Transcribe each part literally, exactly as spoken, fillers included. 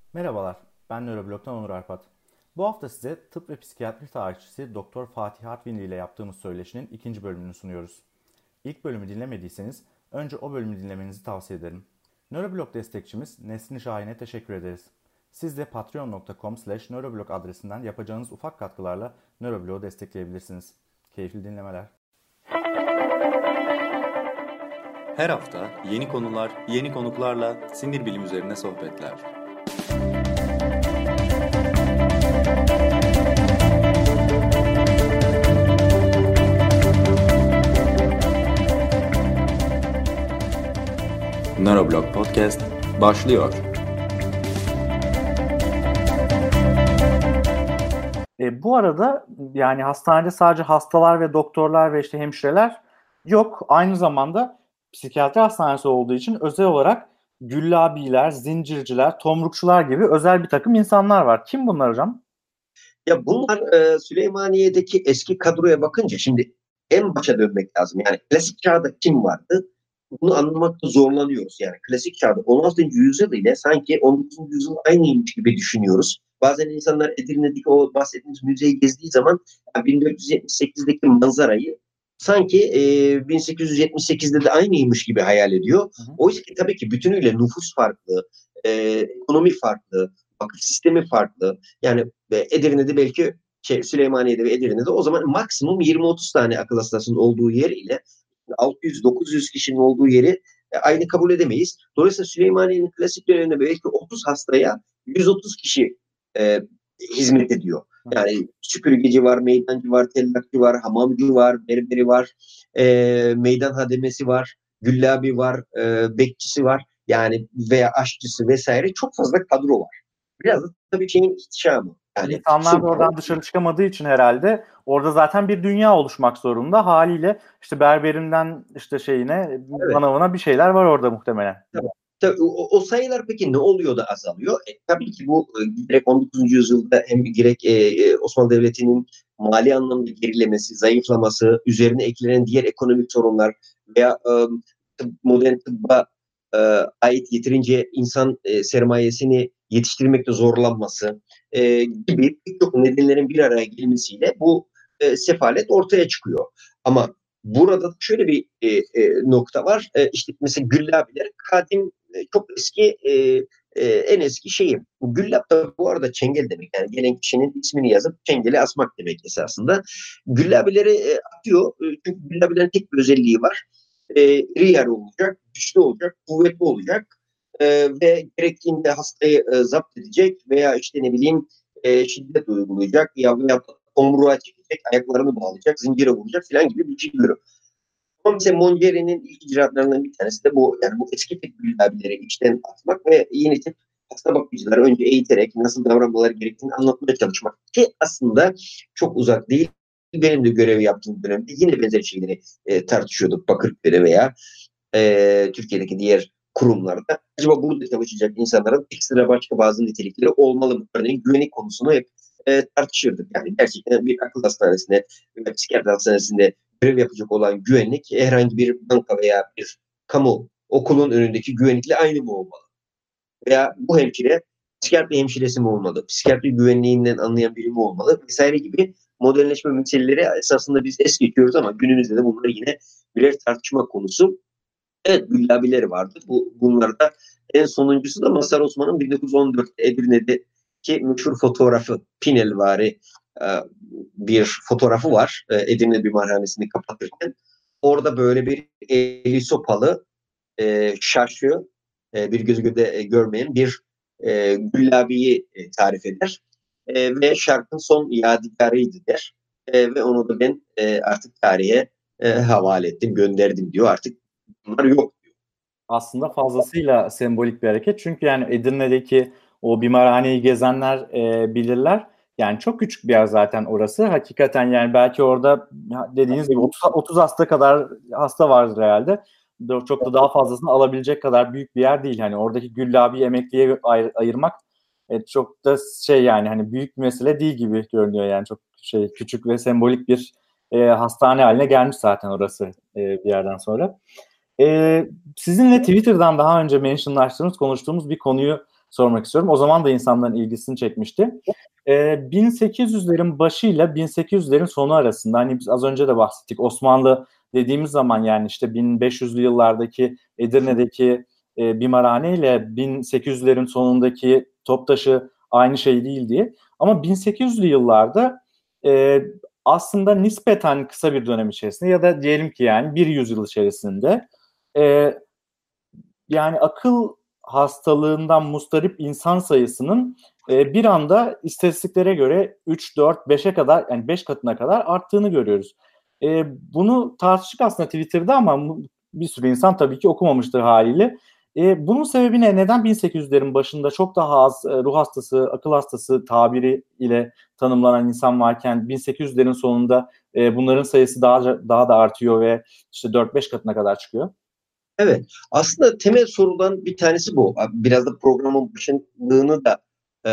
Merhabalar, ben Nöroblog'dan Onur Arpat. Bu hafta size tıp ve psikiyatri tarihçisi Doktor Fatih Artvinli ile yaptığımız söyleşinin ikinci bölümünü sunuyoruz. İlk bölümü dinlemediyseniz önce o bölümü dinlemenizi tavsiye ederim. Nöroblog destekçimiz Nesrin Şahin'e teşekkür ederiz. Siz de patreon nokta com slash nöroblog adresinden yapacağınız ufak katkılarla Nöroblog'u destekleyebilirsiniz. Keyifli dinlemeler. Her hafta yeni konular, yeni konuklarla sinir bilim üzerine sohbetler. Nöroblog Podcast başlıyor. E, bu arada yani hastanede sadece hastalar ve doktorlar ve işte hemşireler yok. Aynı zamanda psikiyatri hastanesi olduğu için özel olarak güllabiler, zincirciler, tomrukçular gibi özel bir takım insanlar var. Kim bunlar hocam? Ya bunlar e, Süleymaniye'deki eski kadroya bakınca şimdi en başa dönmek lazım. Yani klasik çağda kim vardı? Bunu anlamakta zorlanıyoruz. Yani klasik çağda on altıncı yüzyıl ile sanki on dokuzuncu yüzyıl aynıymış gibi düşünüyoruz. Bazen insanlar Edirne'deki o bahsettiğimiz müzeyi gezdiği zaman yani bin dört yüz yetmiş sekizdeki manzarayı sanki e, bin sekiz yüz yetmiş sekizde de aynıymış gibi hayal ediyor. Hı hı. Oysa ki tabii ki bütünüyle nüfus farklı, e, ekonomi farklı, vakıf sistemi farklı. Yani ve Edirne'de belki şey, Süleymaniye'de ve Edirne'de o zaman maksimum yirmi otuz tane akıl hastanesinin olduğu yer ile altı yüz dokuz yüz kişinin olduğu yeri e, aynı kabul edemeyiz. Dolayısıyla Süleymaniye'nin klasik döneminde belki otuz hastaya yüz otuz kişi e, hizmet ediyor. Yani süpürgeci var, meydancı var, tellakçı var, hamamcı var, berberi var, e, meydan hademesi var, güllabi var, e, bekçisi var. Yani veya aşçısı vesaire çok fazla kadro var. Biraz da tabii şeyin ihtişamı. Yani İnsanlar da oradan dışarı çıkamadığı için herhalde orada zaten bir dünya oluşmak zorunda. Haliyle işte berberinden işte şeyine, evet. manavına bir şeyler var orada muhtemelen. Tabii. Tabii, o, o sayılar peki ne oluyor da azalıyor? E, tabii ki bu e, gerek on dokuzuncu yüzyılda hem gerek e, Osmanlı Devleti'nin mali anlamda gerilemesi, zayıflaması, üzerine eklenen diğer ekonomik sorunlar veya e, tıp, modern tıbba e, ait yeterince insan e, sermayesini yetiştirmekte zorlanması e, gibi birçok nedenlerin bir araya gelmesiyle bu e, sefalet ortaya çıkıyor. Ama burada şöyle bir e, e, nokta var. E, işte mesela güllabiler kadim, e, çok eski, e, e, en eski şeyi. Güllab da bu arada çengel demek. Yani gelen kişinin ismini yazıp çengeli asmak demek esasında. Güllabileri e, atıyor. E, çünkü güllabilerin tek bir özelliği var. E, iri yarı olacak, güçlü olacak, kuvvetli olacak. E, ve gerektiğinde hastayı e, zapt edecek veya işte ne bileyim e, şiddet uygulayacak ya veya omruğa çekecek, ayaklarını bağlayacak, zincire vuracak falan gibi bir şey görüyor. Ama mesela Mongeri'nin ilk icraatlarından bir tanesi de bu. Yani bu eski tip güllabileri içten atmak ve yeni tip hasta bakıcıları önce eğiterek nasıl davranmaları gerektiğini anlatmaya çalışmak. Ki aslında çok uzak değil. Benim de görev yaptığım dönemde yine benzer şeyleri e, tartışıyorduk Bakırköy'de veya e, Türkiye'deki diğer kurumlarda. Acaba burada çalışacak insanların ekstra başka bazı nitelikleri olmalı mı? Örneğin güvenlik konusunu hep e, tartışırdık. Yani gerçekten bir akıl hastanesinde veya psikiyatri hastanesinde görev yapacak olan güvenlik herhangi bir banka veya bir kamu okulun önündeki güvenlikle aynı mı olmalı? Veya bu hemşire psikiyatri hemşiresi mi olmalı? Psikiyatri güvenliğinden anlayan biri mi olmalı? Vesaire gibi modernleşme meseleleri esasında biz es geçiyoruz ama günümüzde de bunlar yine birer tartışma konusu. Evet, güllabileri vardı. Bu, bunlarda en sonuncusu da Mazhar Osman'ın bin dokuz yüz on dörtte Edirne'deki meşhur fotoğrafı, Pinelvari e, bir fotoğrafı var. E, Edirne Bimarhanesi'ni kapatırken. Orada böyle bir eli sopalı, e, şaşı, e, bir gözü göde e, görmeyen bir e, güllabiyi e, tarif eder. E, ve şarkın son yadigarıydı der. E, ve onu da ben e, artık tarihe e, havale ettim, gönderdim diyor. Artık bunlar yok. Aslında fazlasıyla sembolik bir hareket. Çünkü yani Edirne'deki o bimarhaneyi gezenler e, bilirler. Yani çok küçük bir yer zaten orası. Hakikaten yani belki orada dediğiniz gibi otuz, otuz hasta kadar hasta vardır herhalde. Çok da daha fazlasını alabilecek kadar büyük bir yer değil. Hani oradaki Güllabi'yi emekliye ayır, ayırmak e, çok da şey yani hani büyük bir mesele değil gibi görünüyor. Yani çok şey küçük ve sembolik bir e, hastane haline gelmiş zaten orası e, bir yerden sonra. Ee, sizinle Twitter'dan daha önce mentionlaştığımız, konuştuğumuz bir konuyu sormak istiyorum. O zaman da insanların ilgisini çekmişti. Ee, bin sekiz yüzlerin başıyla bin sekiz yüzlerin sonu arasında, hani biz az önce de bahsettik, Osmanlı dediğimiz zaman yani işte bin beş yüzlü yıllardaki Edirne'deki e, bimarhane ile bin sekiz yüzlerin sonundaki Toptaşı aynı şey değil diye. Ama bin sekiz yüzlü yıllarda e, aslında nispeten kısa bir dönem içerisinde ya da diyelim ki yani bir yüzyıl içerisinde e, yani akıl hastalığından mustarip insan sayısının e, bir anda istatistiklere göre üç, dört, beşe kadar, yani beş katına kadar arttığını görüyoruz. E, bunu tartıştık aslında Twitter'da ama bir sürü insan tabii ki okumamıştır haliyle. E, bunun sebebi ne? Neden bin sekiz yüzlerin başında çok daha az e, ruh hastası, akıl hastası tabiri ile tanımlanan insan varken bin sekiz yüzlerin sonunda e, bunların sayısı daha daha da artıyor ve işte dört beş katına kadar çıkıyor? Evet, aslında temel sorulan bir tanesi bu. Biraz da programın başlığını da e,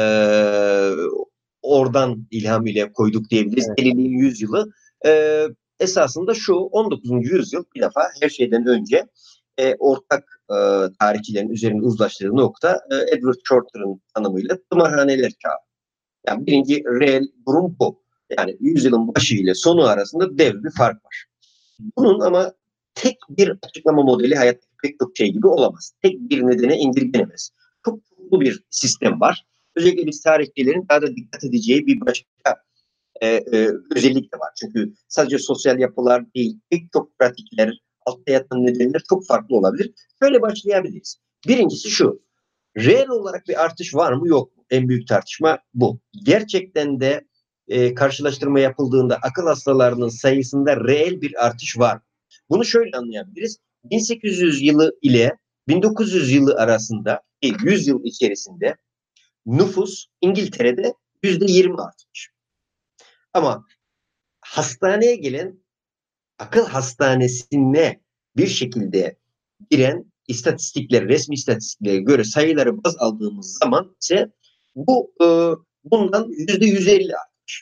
oradan ilham ile koyduk diyebiliriz. Evet. Deliliğin yüzyılı. E, esasında şu, on dokuzuncu yüzyıl bir defa her şeyden önce e, ortak e, tarihçilerin üzerinde uzlaştığı nokta e, Edward Shorter'ın tanımıyla tımarhaneler çağı. Yani birinci reel durum bu. Yani yüzyılın başı ile sonu arasında dev bir fark var. Bunun ama tek bir açıklama modeli hayatta pek çok şey gibi olamaz. Tek bir nedene indirgenemez. Çok çoklu bir sistem var. Özellikle biz tarihçilerin daha da dikkat edeceği bir başka e, e, özellik de var. Çünkü sadece sosyal yapılar değil, pek çok pratikler, altta yatan nedenler çok farklı olabilir. Şöyle başlayabiliriz. Birincisi şu, reel olarak bir artış var mı yok mu? En büyük tartışma bu. Gerçekten de e, karşılaştırma yapıldığında akıl hastalarının sayısında reel bir artış var. Bunu şöyle anlayabiliriz. bin sekiz yüz yılı ile bin dokuz yüz yılı arasında yüz yıl içerisinde nüfus İngiltere'de yüzde yirmi artmış. Ama hastaneye gelen, akıl hastanesine bir şekilde giren istatistikler, resmi istatistiklere göre sayıları baz aldığımız zaman ise bu e, bundan yüzde yüz elli artmış.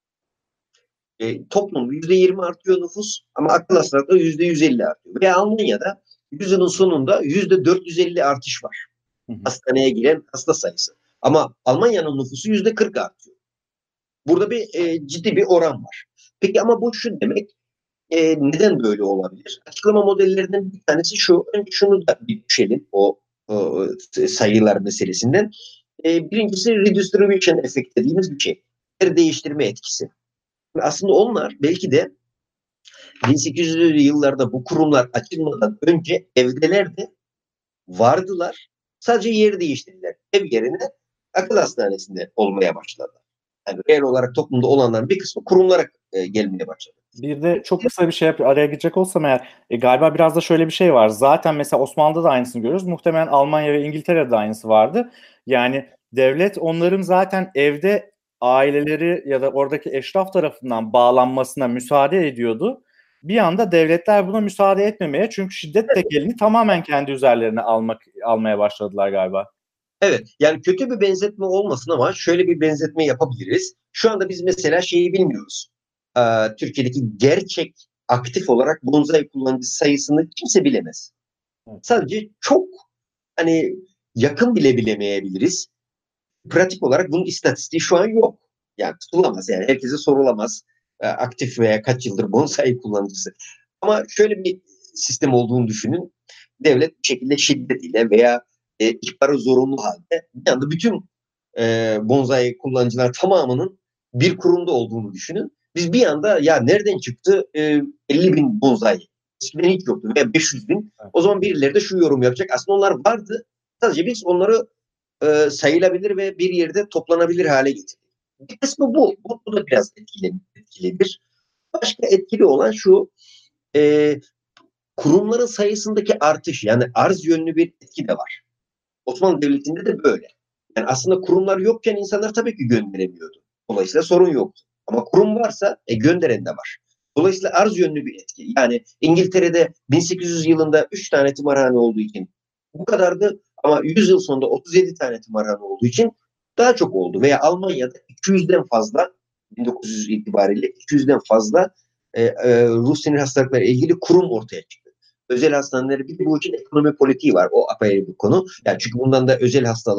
E, toplum yüzde yirmi artıyor nüfus ama akıl hastalığı yüzde yüz elli artıyor. Ve Almanya'da yüzyılın sonunda yüzde dört yüz elli artış var. Hı hı. Hastaneye giren hasta sayısı. Ama Almanya'nın nüfusu yüzde kırk artıyor. Burada bir e, ciddi bir oran var. Peki ama bu şu demek, e, neden böyle olabilir? Açıklama modellerinden bir tanesi şu. Önce şunu da bir düşelim o, o sayılar meselesinden. E, birincisi redistribution efekt dediğimiz bir şey. Yer değiştirme etkisi. Aslında onlar belki de bin sekiz yüzlü yıllarda bu kurumlar açılmadan önce evdelerde vardılar. Sadece yer değiştirdiler. Ev yerine akıl hastanesinde olmaya başladı. Yani reel olarak toplumda olanların bir kısmı kurumlara e, gelmeye başladı. Bir de çok kısa bir şey yap, araya girecek olsam eğer, e, galiba biraz da şöyle bir şey var. Zaten mesela Osmanlı'da da aynısını görüyoruz. Muhtemelen Almanya ve İngiltere'de de aynısı vardı. Yani devlet onların zaten evde aileleri ya da oradaki eşraf tarafından bağlanmasına müsaade ediyordu. Bir anda devletler buna müsaade etmemeye, çünkü şiddet tekelini tamamen kendi üzerlerine almak almaya başladılar galiba. Evet, yani kötü bir benzetme olmasın ama şöyle bir benzetme yapabiliriz. Şu anda biz mesela şeyi bilmiyoruz. Ee, Türkiye'deki gerçek aktif olarak bonsai kullanıcı sayısını kimse bilemez. Sadece çok hani yakın bile bilemeyebiliriz. Pratik olarak bunun istatistiği şu an yok. Yani tutulamaz, yani herkese sorulamaz. Ee, aktif veya kaç yıldır bonsai kullanıcısı. Ama şöyle bir sistem olduğunu düşünün. Devlet bir şekilde şiddetiyle veya e, ihbarı zorunlu halde bir anda bütün e, bonsai kullanıcılar tamamının bir kurumda olduğunu düşünün. Biz bir anda ya nereden çıktı e, elli bin bonsai? Eskiden hiç yoktu veya beş yüz bin. O zaman birileri de şu yorum yapacak. Aslında onlar vardı. Sadece biz onları e, sayılabilir ve bir yerde toplanabilir hale getirdik. Bir kısmı bu. Bu, bu da biraz etkili, etkilidir. Başka etkili olan şu, e, kurumların sayısındaki artış, yani arz yönlü bir etki de var. Osmanlı Devleti'nde de böyle. Yani aslında kurumlar yokken insanlar tabii ki gönderemiyordu. Dolayısıyla sorun yoktu. Ama kurum varsa e, gönderen de var. Dolayısıyla arz yönlü bir etki. Yani İngiltere'de bin sekiz yüz yılında üç tane tımarhane olduğu için bu kadardı ama yüz yıl sonunda otuz yedi tane tımarhane olduğu için daha çok oldu. Veya Almanya'da iki yüzden fazla, bin dokuz yüz itibariyle iki yüzden fazla e, e, ruh sinir hastalıkları ile ilgili kurum ortaya çıktı. Özel hastaneleri, bir de bu için ekonomi politiği var. O apayrı bir konu. Yani çünkü bundan da özel hastalar,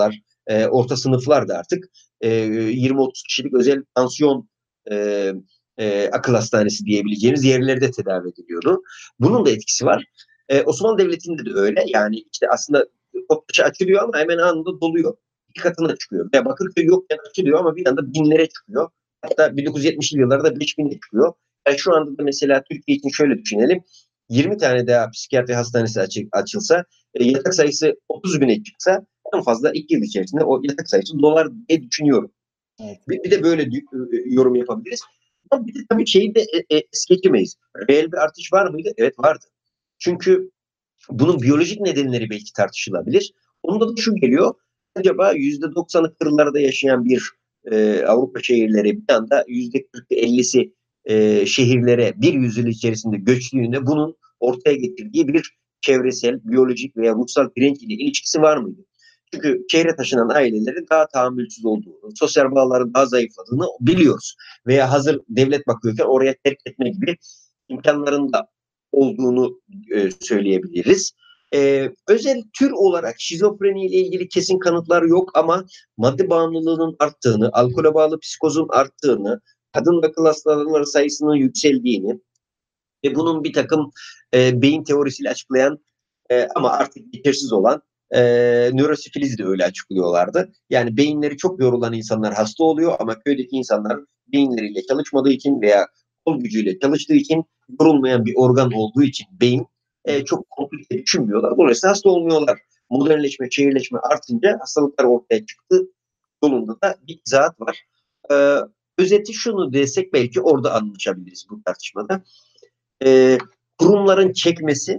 e, orta sınıflar da artık e, yirmi otuz kişilik özel pansiyon e, e, akıl hastanesi diyebileceğimiz yerlerde tedavi ediliyordu. Bunun da etkisi var. E, Osmanlı Devleti'nde de öyle. Yani işte aslında Toptaş'a açılıyor ama hemen anında doluyor. İki katına çıkıyor. Ya Bakırköy yokken açılıyor ama bir anda binlere çıkıyor. Hatta bin dokuz yüz yetmişli yıllarda beş bine çıkıyor. Yani şu anda da mesela Türkiye için şöyle düşünelim. yirmi tane daha psikiyatri hastanesi açı, açılsa, e, yatak sayısı otuz bine çıksa en fazla iki yıl içerisinde o yatak sayısı dolar diye düşünüyorum. Evet. Bir, bir de böyle yorum yapabiliriz. Ama bir de tabii şeyi de e, e, es geçemeyiz. Reel bir artış var mıydı? Evet, vardı. Çünkü bunun biyolojik nedenleri belki tartışılabilir. Onda da şu geliyor. Acaba yüzde doksanı kırlarda yaşayan bir e, Avrupa şehirleri bir anda yüzde kırk ellisi e, şehirlere bir yüzyıl içerisinde göçtüğünde bunun ortaya getirdiği bir çevresel, biyolojik veya ruhsal direnç ile ilişkisi var mıydı? Çünkü şehre taşınan ailelerin daha tahammülsüz olduğunu, sosyal bağların daha zayıfladığını biliyoruz. Veya hazır devlet bakıyorken oraya terk etme gibi imkanların da olduğunu e, söyleyebiliriz. E, özel tür olarak şizofreni ile ilgili kesin kanıtlar yok ama madde bağımlılığının arttığını, alkole bağlı psikozun arttığını, kadın akıl hastaları sayısının yükseldiğini ve bunun bir takım e, beyin teorisiyle açıklayan e, ama artık geçersiz olan e, nörosifilizi de öyle açıklıyorlardı. Yani beyinleri çok yorulan insanlar hasta oluyor ama köydeki insanlar beyinleriyle çalışmadığı için veya kol gücüyle çalıştığı için yorulmayan bir organ olduğu için beyin e, çok komplike düşünmüyorlar. Dolayısıyla hasta olmuyorlar. Modernleşme, şehirleşme artınca hastalıklar ortaya çıktı. Yolunda da bir izahat var. Ee, özeti şunu desek belki orada anlaşabiliriz bu tartışmada. Ee, kurumların çekmesi,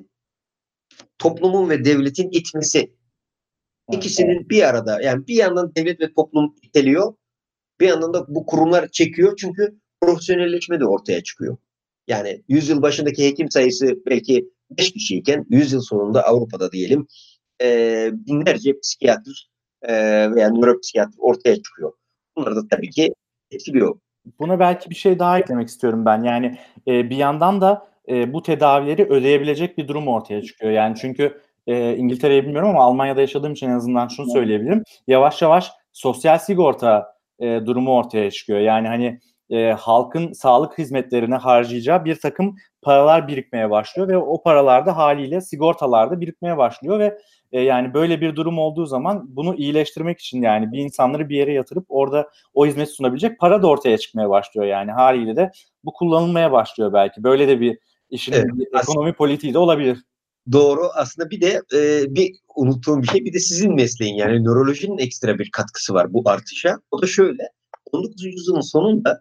toplumun ve devletin itmesi. İkisinin bir arada, yani bir yandan devlet ve toplum iteliyor, bir yandan da bu kurumlar çekiyor çünkü profesyonelleşme de ortaya çıkıyor. Yani yüzyıl başındaki hekim sayısı belki beş kişiyken yüzyıl sonunda Avrupa'da diyelim e, binlerce psikiyatr e, veya nöropsikiyatr ortaya çıkıyor. Bunlar da tabii ki etkiliyor. Buna belki bir şey daha eklemek istiyorum ben. Yani e, bir yandan da e, bu tedavileri ödeyebilecek bir durum ortaya çıkıyor. Yani çünkü e, İngiltere'yi bilmiyorum ama Almanya'da yaşadığım için en azından şunu söyleyebilirim. Yavaş yavaş sosyal sigorta e, durumu ortaya çıkıyor. Yani hani e, halkın sağlık hizmetlerine harcayacağı bir takım paralar birikmeye başlıyor ve o paralar da haliyle sigortalarda birikmeye başlıyor ve e, yani böyle bir durum olduğu zaman bunu iyileştirmek için yani bir insanları bir yere yatırıp orada o hizmeti sunabilecek para da ortaya çıkmaya başlıyor yani haliyle de bu kullanılmaya başlıyor belki. Böyle de bir işin Evet, bir ekonomi politiği de olabilir. Doğru. Aslında bir de e, bir unuttuğum bir şey, bir de sizin mesleğin yani nörolojinin ekstra bir katkısı var bu artışa. O da şöyle: on dokuzuncu yüzyılın sonunda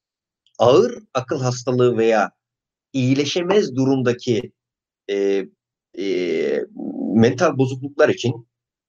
ağır akıl hastalığı veya iyileşemez durumdaki e, e, mental bozukluklar için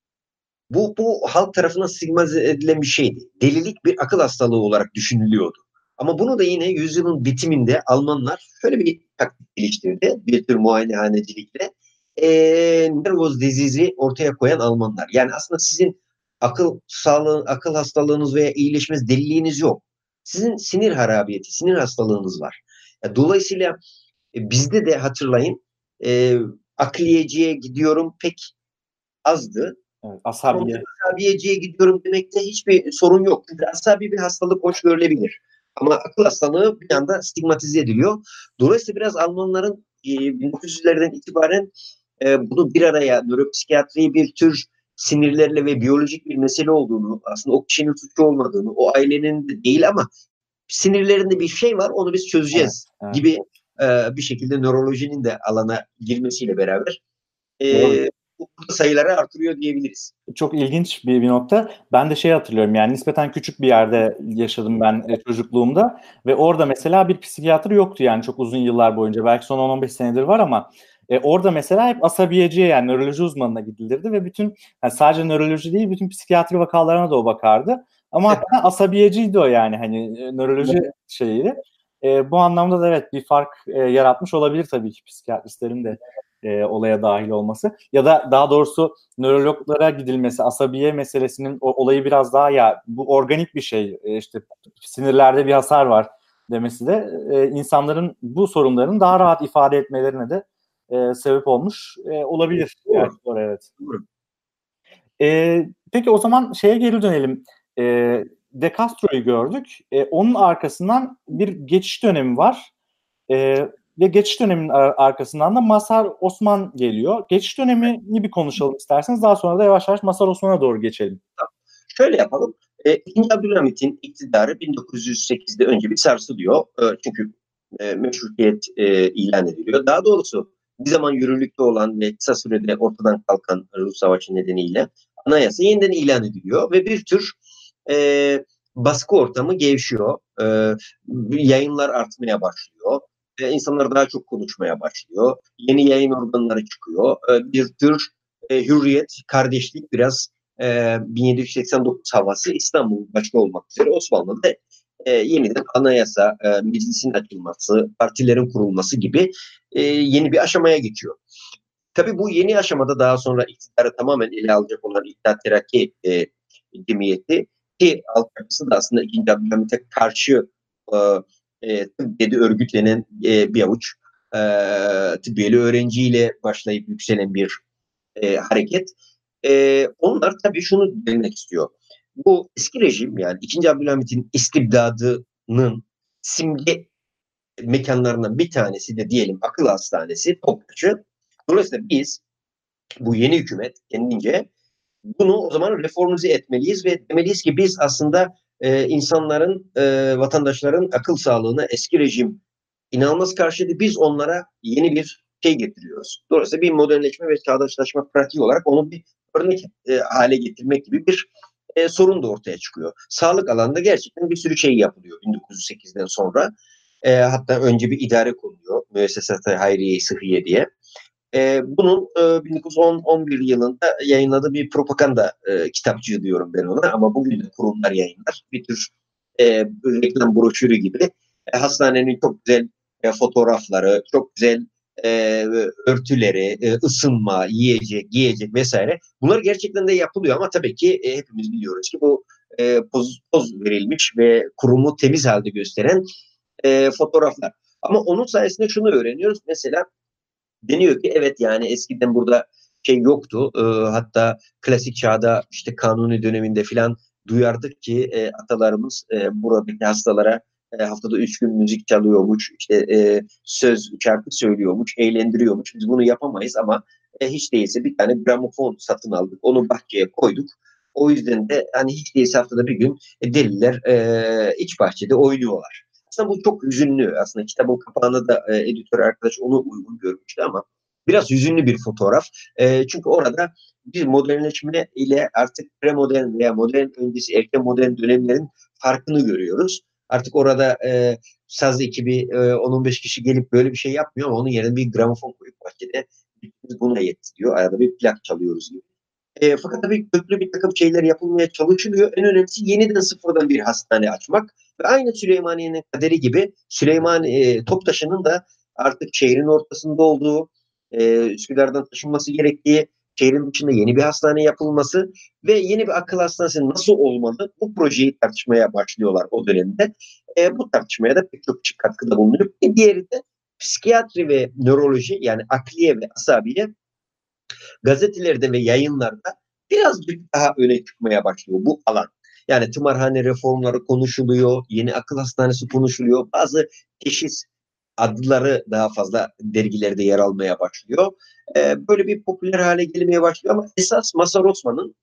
bu, bu halk tarafından stigmatize edilen bir şeydi. Delilik bir akıl hastalığı olarak düşünülüyordu. Ama bunu da yine yüzyılın bitiminde Almanlar şöyle bir taktik geliştirdi. Bir tür muayenehanecilikle. E, nervoz disease'i ortaya koyan Almanlar. Yani aslında sizin akıl sağlığı, akıl hastalığınız veya iyileşmez deliliğiniz yok. Sizin sinir harabiyeti, sinir hastalığınız var. Dolayısıyla e, bizde de hatırlayın e, akliyeciye gidiyorum pek azdı. Evet, Ama asabiye. asabiyeciye gidiyorum demekte hiçbir sorun yok. Çünkü asabi bir hastalık hoş görülebilir. Ama akıl hastalığı bir anda stigmatize ediliyor. Dolayısıyla biraz Almanların e, bin dokuz yüzlerden itibaren e, bunu bir araya, nöropsikiyatriyi bir tür sinirlerle ve biyolojik bir mesele olduğunu, aslında o kişinin suçu olmadığını, o ailenin de değil ama sinirlerinde bir şey var, onu biz çözeceğiz Evet, evet. gibi e, bir şekilde nörolojinin de alana girmesiyle beraber Doğru. e, bu sayıları artırıyor diyebiliriz. Çok ilginç bir, bir nokta. Ben de şey hatırlıyorum yani nispeten küçük bir yerde yaşadım ben e, çocukluğumda ve orada mesela bir psikiyatr yoktu yani çok uzun yıllar boyunca. Belki son on on beş senedir var ama e, orada mesela hep asabiyeciye yani nöroloji uzmanına gidilirdi ve bütün yani sadece nöroloji değil bütün psikiyatri vakalarına da o bakardı. Ama hatta asabiyeciydi o yani hani e, nöroloji şeyi. E, bu anlamda da evet bir fark e, yaratmış olabilir tabii ki psikiyatristlerin de e, olaya dahil olması. Ya da daha doğrusu nörologlara gidilmesi, asabiye meselesinin o, olayı biraz daha ya bu organik bir şey, e, işte sinirlerde bir hasar var demesi de e, insanların bu sorunların daha rahat ifade etmelerine de e, sebep olmuş e, olabilir. Doğru. Yani, doğru, evet. Doğru. E, peki o zaman şeye geri dönelim. E, De Castro'yu gördük. E, onun arkasından bir geçiş dönemi var. E, ve geçiş döneminin ar- arkasından da Mazhar Osman geliyor. Geçiş dönemini bir konuşalım isterseniz. Daha sonra da yavaş yavaş Mazhar Osman'a doğru geçelim. Şöyle yapalım. E, İkinci Abdülhamit'in iktidarı bin dokuz yüz sekizde önce bir sarsılıyor. E, çünkü e, meşrutiyet e, ilan ediliyor. Daha doğrusu bir zaman yürürlükte olan ve kısa sürede ortadan kalkan Rus Savaşı nedeniyle anayasa yeniden ilan ediliyor ve bir tür e, baskı ortamı gevşiyor. E, yayınlar artmaya başlıyor. E, insanlar daha çok konuşmaya başlıyor. Yeni yayın organları çıkıyor. E, bir tür e, hürriyet, kardeşlik biraz e, bin yedi yüz seksen dokuz havası İstanbul başta olmak üzere Osmanlı'da e, yeniden anayasa, e, meclisin açılması, partilerin kurulması gibi e, yeni bir aşamaya geçiyor. Tabii bu yeni aşamada daha sonra iktidarı tamamen ele alacak olan İttihat Terakki e, cemiyeti ki altyapısı da aslında ikinci. Abdülhamit'e karşı e, e, tıbbiyede örgütlenen e, bir avuç e, tıbbiyeli öğrenciyle başlayıp yükselen bir e, hareket. E, onlar tabii şunu demek istiyor. Bu eski rejim yani ikinci. Abdülhamit'in istibdadının simge mekanlarından bir tanesi de diyelim akıl hastanesi, Topbaşı. Dolayısıyla biz bu yeni hükümet kendince bunu o zaman reformize etmeliyiz ve demeliyiz ki biz aslında e, insanların, e, vatandaşların akıl sağlığına eski rejim inanılmaz karşıydı. Biz onlara yeni bir şey getiriyoruz. Dolayısıyla bir modernleşme ve çağdaşlaşma pratiği olarak onu bir örnek e, hale getirmek gibi bir e, sorun da ortaya çıkıyor. Sağlık alanında gerçekten bir sürü şey yapılıyor bin dokuz yüz sekizden sonra. E, hatta önce bir idare kuruluyor. Müessesat-ı Hayriye-i Sıhhiye diye. E, bunun e, bin dokuz yüz on on bir yılında yayınladığı bir propaganda e, kitapçığı diyorum ben ona ama bugün de kurumlar yayınlar. Bir tür e, reklam broşürü gibi. E, hastanenin çok güzel e, fotoğrafları, çok güzel e, örtüleri, e, ısınma, yiyecek, giyecek vesaire. Bunlar gerçekten de yapılıyor ama tabii ki e, hepimiz biliyoruz ki bu e, poz, poz verilmiş ve kurumu temiz halde gösteren e, fotoğraflar. Ama onun sayesinde şunu öğreniyoruz. Mesela deniyor ki evet yani eskiden burada şey yoktu. E, hatta klasik çağda işte Kanuni döneminde filan duyardık ki e, atalarımız e, buradaki hastalara e, haftada üç gün müzik çalıyormuş, işte e, söz şarkı söylüyormuş, eğlendiriyormuş. Biz bunu yapamayız ama e, hiç değilse bir tane gramofon satın aldık. Onu bahçeye koyduk. O yüzden de hani hiç değilse haftada bir gün e, deliler e, iç bahçede oynuyorlar. Aslında bu çok hüzünlü. Aslında kitabın kapağında da e, editör arkadaş onu uygun görmüştü ama biraz hüzünlü bir fotoğraf. E, çünkü orada bir modernleşme ile artık premodern veya modern öncesi erken modern dönemlerin farkını görüyoruz. Artık orada e, saz ekibi e, on on beş kişi gelip böyle bir şey yapmıyor ama onun yerine bir gramofon koyup bahçede biz buna yetti diyor. Arada bir plak çalıyoruz gibi. E, fakat tabii köklü bir takım şeyler yapılmaya çalışılıyor. En önemlisi yeniden sıfırdan bir hastane açmak. Ve aynı Süleymaniye'nin kaderi gibi Süleyman e, Toptaşı'nın da artık şehrin ortasında olduğu, e, Üsküdar'dan taşınması gerektiği, şehrin dışında yeni bir hastane yapılması ve yeni bir akıl hastanesi nasıl olmalı bu projeyi tartışmaya başlıyorlar o dönemde. E, bu tartışmaya da pek çok kişi katkıda bulunuyor. E, diğeri de psikiyatri ve nöroloji yani akliye ve asabiye gazetelerde ve yayınlarda birazcık daha öne çıkmaya başlıyor bu alan. Yani tımarhane reformları konuşuluyor, yeni akıl hastanesi konuşuluyor, bazı teşhis adları daha fazla dergilerde yer almaya başlıyor. Ee, böyle bir popüler hale gelmeye başlıyor ama esas Mazhar Osman'ın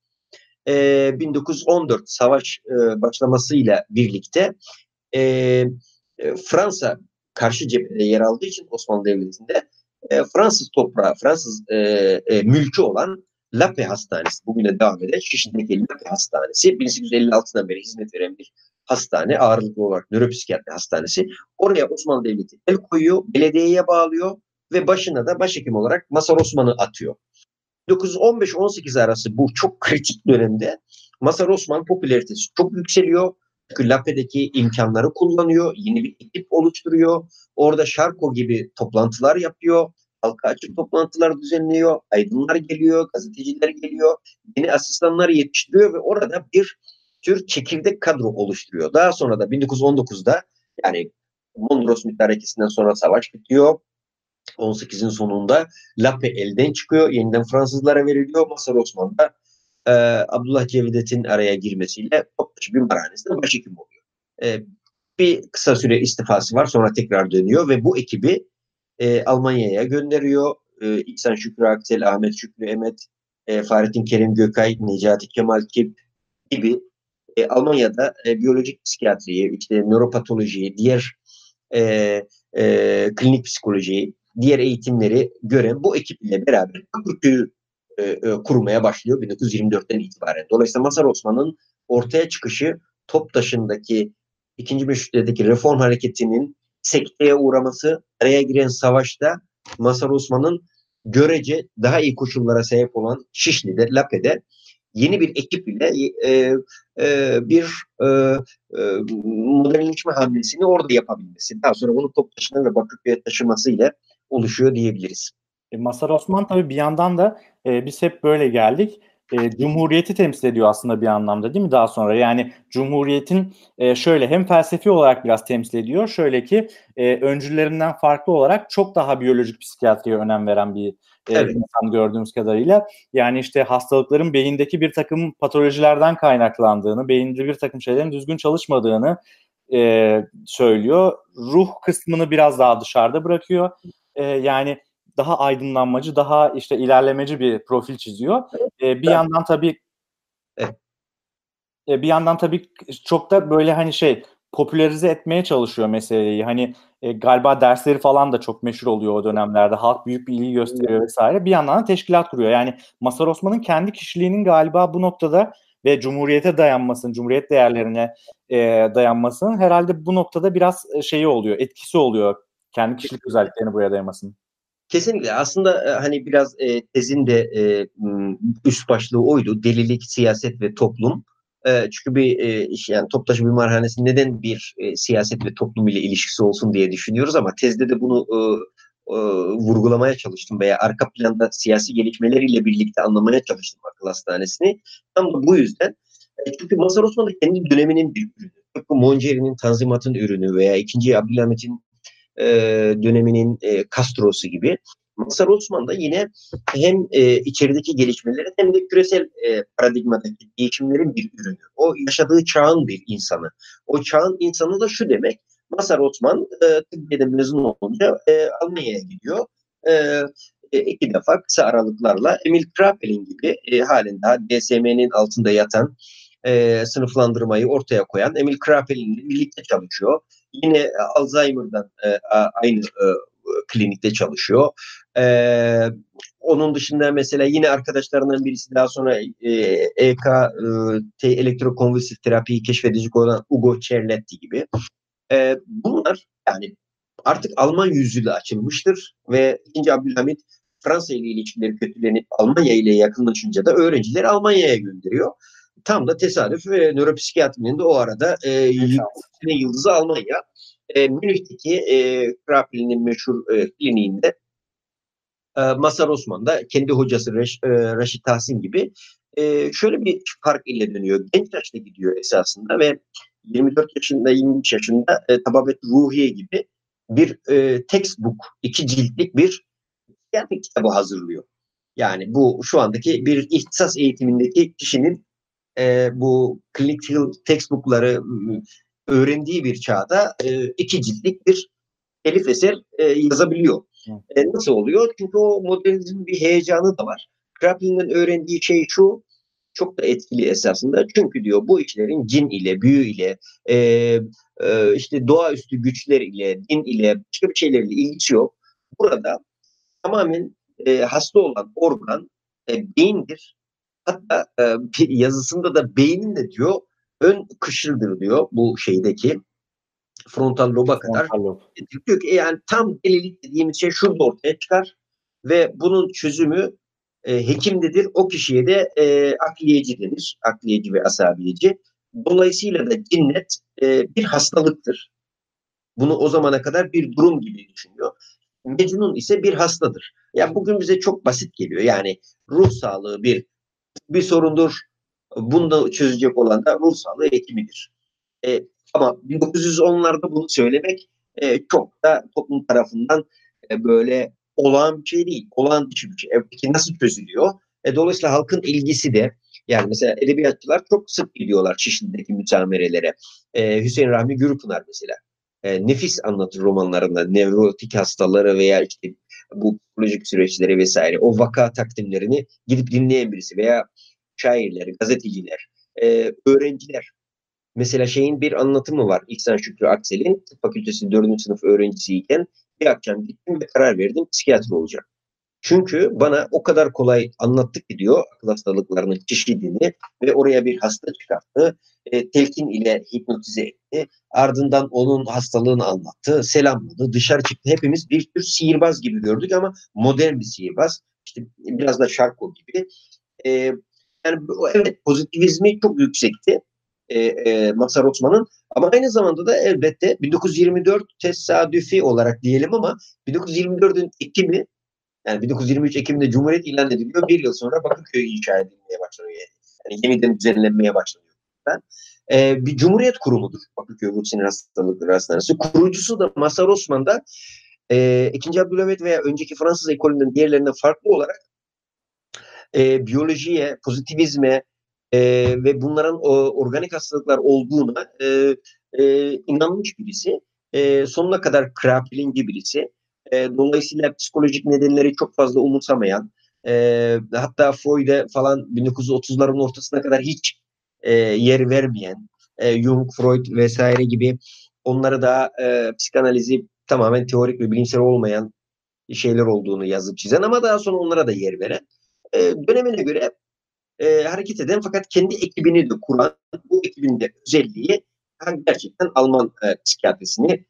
e, bin dokuz yüz on dört savaş e, başlamasıyla birlikte e, e, Fransa karşı cephede yer aldığı için Osmanlı Devleti'nde e, Fransız toprağı, Fransız e, e, mülkü olan Lape Hastanesi, bugüne devam eden Şişli'deki Lape Hastanesi, bin sekiz yüz elli altıdan beri hizmet veren bir hastane, ağırlıklı olarak nöropsikiyatri hastanesi. Oraya Osmanlı Devleti el koyuyor, belediyeye bağlıyor ve başına da başhekim olarak Mazhar Osman'ı atıyor. bin dokuz yüz on beş on sekiz arası bu çok kritik dönemde Mazhar Osman popülaritesi çok yükseliyor. Çünkü Lape'deki imkanları kullanıyor. Yeni bir ekip oluşturuyor. Orada Şarko gibi toplantılar yapıyor. Halka açık toplantılar düzenliyor. Aydınlar geliyor, gazeteciler geliyor. Yeni asistanlar yetiştiriyor ve orada bir tür çekirdek kadro oluşturuyor. Daha sonra da bin dokuz yüz on dokuzda yani Mondros Mütarekesi'nden sonra savaş bitiyor. on sekizin sonunda Lape elden çıkıyor. Yeniden Fransızlara veriliyor. Mazhar Osman da e, Abdullah Cevdet'in araya girmesiyle Toptaşı Bimarhanesi'nde başhekim oluyor. E, bir kısa süre istifası var, sonra tekrar dönüyor ve bu ekibi e, Almanya'ya gönderiyor. E, İhsan Şükrü Aksel, Ahmet Şükrü Emet, e, Fahrettin Kerim Gökay, Necati Kemal Kip gibi e, Almanya'da e, biyolojik psikiyatriyi, işte nöropatolojiyi, diğer e, e, klinik psikolojiyi, diğer eğitimleri gören bu ekip ile beraber Bakırköy'ü e, e, kurmaya başlıyor bin dokuz yüz yirmi dörtten itibaren. Dolayısıyla Mazhar Osman'ın ortaya çıkışı Toptaşı'ndaki ikinci Meşrutiye'deki reform hareketinin sekteye uğraması, araya giren savaşta Mazhar Osman'ın görece daha iyi koşullara sahip olan Şişli'de, Lape'de yeni bir ekip ile e, e, bir e, e, modernleşme hamlesini orada yapabilmesi. Daha sonra bunu Toptaşı'na ve Bakırköy'e taşımasıyla oluşuyor diyebiliriz. E, Mazhar Osman tabii bir yandan da e, biz hep böyle geldik. E, Cumhuriyeti temsil ediyor aslında bir anlamda, değil mi daha sonra? Yani Cumhuriyet'in e, şöyle hem felsefi olarak biraz temsil ediyor. Şöyle ki e, öncülerinden farklı olarak çok daha biyolojik psikiyatriye önem veren bir e, Evet. insan gördüğümüz kadarıyla. Yani işte hastalıkların beyindeki bir takım patolojilerden kaynaklandığını, beyinde bir takım şeylerin düzgün çalışmadığını e, söylüyor. Ruh kısmını biraz daha dışarıda bırakıyor. E, yani daha aydınlanmacı, daha işte ilerlemeci bir profil çiziyor. E, bir yandan tabii Evet. e, bir yandan tabii çok da böyle hani şey popülerize etmeye çalışıyor meseleyi. Hani e, galiba dersleri falan da çok meşhur oluyor o dönemlerde. Halk büyük bir ilgi gösteriyor vesaire. Bir yandan da teşkilat kuruyor. Yani Mazhar Osman'ın kendi kişiliğinin galiba bu noktada ve Cumhuriyete dayanmasının, Cumhuriyet değerlerine e, dayanmasının herhalde bu noktada biraz şeyi oluyor, etkisi oluyor. Kendi kişilik özelliklerini buraya dayamasının. Kesinlikle. Aslında e, hani biraz e, tezin de e, üst başlığı oydu. Delilik, siyaset ve toplum. E, çünkü bir e, iş, yani Toptaşı Bimarhanesi neden bir e, siyaset ve toplum ile ilişkisi olsun diye düşünüyoruz ama tezde de bunu e, e, vurgulamaya çalıştım veya arka planda siyasi gelişmeleriyle birlikte anlamaya çalıştım akıl hastanesini. Tam da bu yüzden. E, çünkü Mazhar Osman da kendi döneminin bir ürünü. Tıpkı Monceri'nin Tanzimat'ın ürünü veya ikinci. Abdülhamit'in e, döneminin e, Castro'su gibi. Mazhar Osman da yine hem e, içerideki gelişmelerin hem de küresel e, paradigmadaki değişimlerin bir ürünü. O yaşadığı çağın bir insanı. O çağın insanı da şu demek. Mazhar Osman e, tıbbiyeden mezun olunca e, Almanya'ya gidiyor. E, e, iki defa kısa aralıklarla Emil Kraepelin gibi e, halen daha D S M'nin altında yatan e, sınıflandırmayı ortaya koyan Emil Kraepelin ile birlikte çalışıyor. Yine Alzheimer'dan e, aynı e, klinikte çalışıyor. E, onun dışında mesela yine arkadaşlarından birisi daha sonra e, E K e, elektrokonvulsif terapiyi keşfedecek olan Ugo Cerletti gibi. E, bunlar yani artık Alman yüzü açılmıştır ve ikinci. Abdülhamit Fransa ile ilişkileri kötülenip Almanya ile yakınlaşınca da öğrencileri Almanya'ya gönderiyor. Tam da tesadüf ve nöropsikiyatrinin de o arada e, yıldızı Almanya. E, Münih'teki e, Krapelin'in meşhur e, kliniğinde e, Mazhar Osman da kendi hocası Reş, e, Reşit Tahsin gibi e, şöyle bir fark ile dönüyor. Genç yaşta gidiyor esasında ve yirmi dört yaşında, yirmi üç yaşında e, Tababet Ruhiye gibi bir e, textbook, iki ciltlik bir yani kitabı hazırlıyor. Yani bu şu andaki bir ihtisas eğitimindeki kişinin e, bu clinical textbookları öğrendiği bir çağda e, iki ciltlik bir elif eser e, yazabiliyor. E, nasıl oluyor? Çünkü o modernizmin bir heyecanı da var. Kraplin'in öğrendiği şey şu, çok da etkili esasında. Çünkü diyor bu işlerin cin ile, büyü ile, e, e, işte doğaüstü güçler ile, din ile, başka bir şeylerle ilgisi yok. Burada tamamen e, hasta olan organ e, beyindir. Hatta e, yazısında da beynin de diyor ön kışıldır diyor bu şeydeki frontal loba kadar. Frontal lob. Diyor ki yani tam delilik dediğimiz şey şurada ortaya çıkar ve bunun çözümü e, hekimdedir. O kişiye de e, akliyeci denir. Akliyeci ve asabiyeci. Dolayısıyla da cinnet e, bir hastalıktır. Bunu o zamana kadar bir durum gibi düşünüyor. Mecnun ise bir hastadır. Ya bugün bize çok basit geliyor. Yani ruh sağlığı bir bir sorundur. Bunu da çözecek olan da ruh sağlığı hekimidir. E, ama bin dokuz yüz onlarda bunu söylemek e, çok da toplum tarafından e, böyle olağan bir şey değil. Olağan dışı bir şey. E, peki nasıl çözülüyor? E, dolayısıyla halkın ilgisi de Yani mesela edebiyatçılar çok sık gidiyorlar Şişli'deki müsamerelere. Ee, Hüseyin Rahmi Gürpınar mesela. Ee, nefis anlatır romanlarında nevrotik hastaları veya işte bu psikolojik süreçleri vesaire. O vaka takdimlerini gidip dinleyen birisi veya şairler, gazeteciler, e, öğrenciler. Mesela şeyin bir anlatımı var. İhsan Şükrü Aksel'in tıp fakültesi dördüncü sınıf öğrencisiyken bir akşam gittim ve karar verdim psikiyatri olacağım. Çünkü bana o kadar kolay anlattı ki diyor akıl hastalıklarının çeşidini ve oraya bir hasta çıkarttı. E, telkin ile hipnotize etti. Ardından onun hastalığını anlattı. Selamladı. Dışarı çıktı. Hepimiz bir tür sihirbaz gibi gördük ama modern bir sihirbaz. İşte biraz da Şarko gibi. E, yani evet pozitivizmi çok yüksekti. E, e, Mazhar Osman'ın ama aynı zamanda da elbette bin dokuz yüz yirmi dört tesadüfi olarak diyelim ama bin dokuz yüz yirmi dördün Ekim'i yani bin dokuz yüz yirmi üç Ekim'de Cumhuriyet ilan ediliyor. Bir yıl sonra Bakırköy inşa edilmeye başlanıyor. Yani yeniden düzenlenmeye başlanıyor. Ee, bir Cumhuriyet kurumudur Bakırköy Ruh Sinir Hastalıkları Hastanesi. Kurucusu da Mazhar Osman da e, ikinci. Abdülhamit veya önceki Fransız ekolünden diğerlerinden farklı olarak e, biyolojiye, pozitivizme e, ve bunların o, organik hastalıklar olduğuna e, e, inanmış birisi. E, sonuna kadar krapilinci birisi. E, dolayısıyla psikolojik nedenleri çok fazla umursamayan, e, hatta Freud'e falan bin dokuz yüz otuzların ortasına kadar hiç e, yer vermeyen, e, Jung, Freud vesaire gibi onları da e, psikanalizi tamamen teorik ve bilimsel olmayan şeyler olduğunu yazıp çizen ama daha sonra onlara da yer veren, e, dönemine göre e, hareket eden fakat kendi ekibini de kuran, bu ekibin de özelliği gerçekten Alman e, psikiyatrisini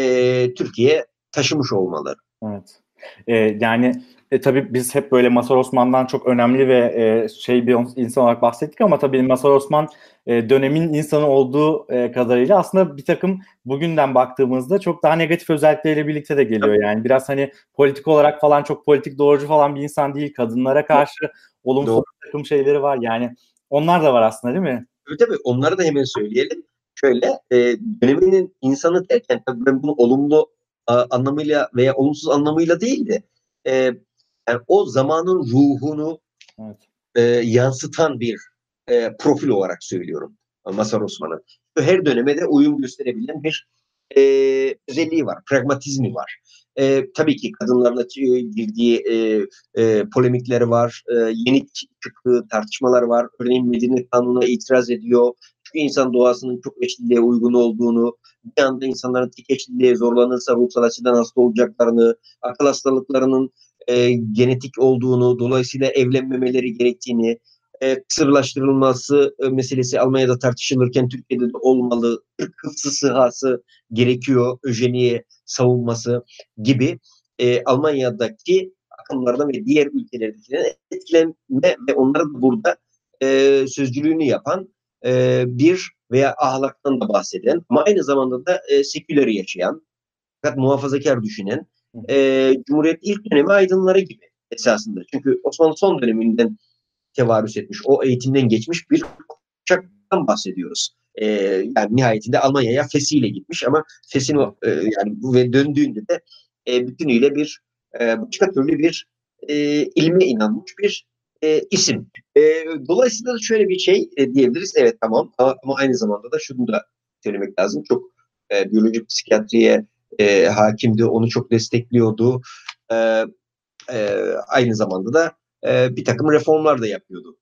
e, Türkiye'ye taşımış olmaları. Evet. Ee, yani e, tabii biz hep böyle Mazhar Osman'dan çok önemli ve e, şey bir insan olarak bahsettik ama tabii Mazhar Osman e, dönemin insanı olduğu e, kadarıyla aslında bir takım bugünden baktığımızda çok daha negatif özellikleriyle birlikte de geliyor. Yani biraz hani politik olarak falan çok politik doğrucu falan bir insan değil. Kadınlara karşı olumsuz Doğru. bir takım şeyleri var. Yani onlar da var aslında değil mi? Tabii tabii onları da hemen söyleyelim. Şöyle e, döneminin insanı derken tabii ben bunu olumlu a, anlamıyla veya olumsuz anlamıyla değil de e, yani o zamanın ruhunu Evet. e, yansıtan bir e, profil olarak söylüyorum Mazhar Osman'ın. Her döneme de uyum gösterebilen bir e, özelliği var, pragmatizmi var. E, tabii ki kadınlarla girdiği e, e, polemikleri var, e, yeni çıktığı tartışmalar var. Örneğin Medine Kanunu'na itiraz ediyor. Çünkü insan doğasının çok eşliliğe uygun olduğunu, bir anda insanların tek eşliliğe zorlanırsa ruhsal açıdan hasta olacaklarını, akıl hastalıklarının e, genetik olduğunu, dolayısıyla evlenmemeleri gerektiğini, e, kısırlaştırılması e, meselesi Almanya'da tartışılırken Türkiye'de de olmalı, hıfzı sıhhası gerekiyor, öjeniye savunması gibi e, Almanya'daki akımlardan ve diğer ülkelerdekilerden etkilenme ve onların burada e, sözcülüğünü yapan e, bir veya ahlaktan da bahseden ama aynı zamanda da e, seküler yaşayan fakat muhafazakar düşünen e, Cumhuriyet ilk dönemi aydınları gibi esasında. Çünkü Osmanlı son döneminden tevarüs etmiş, o eğitimden geçmiş bir kuşaktan bahsediyoruz. E, yani nihayetinde Almanya'ya fesiyle gitmiş ama fesin o, e, yani bu ve döndüğünde de e, bütünüyle bir e, başka türlü bir e, ilme inanmış bir e, isim. E, dolayısıyla da şöyle bir şey e, diyebiliriz. Evet tamam ama, ama aynı zamanda da şunu da söylemek lazım. Çok e, biyolojik psikiyatriye e, hakimdi, onu çok destekliyordu. E, e, aynı zamanda da e, bir takım reformlar da yapıyordu.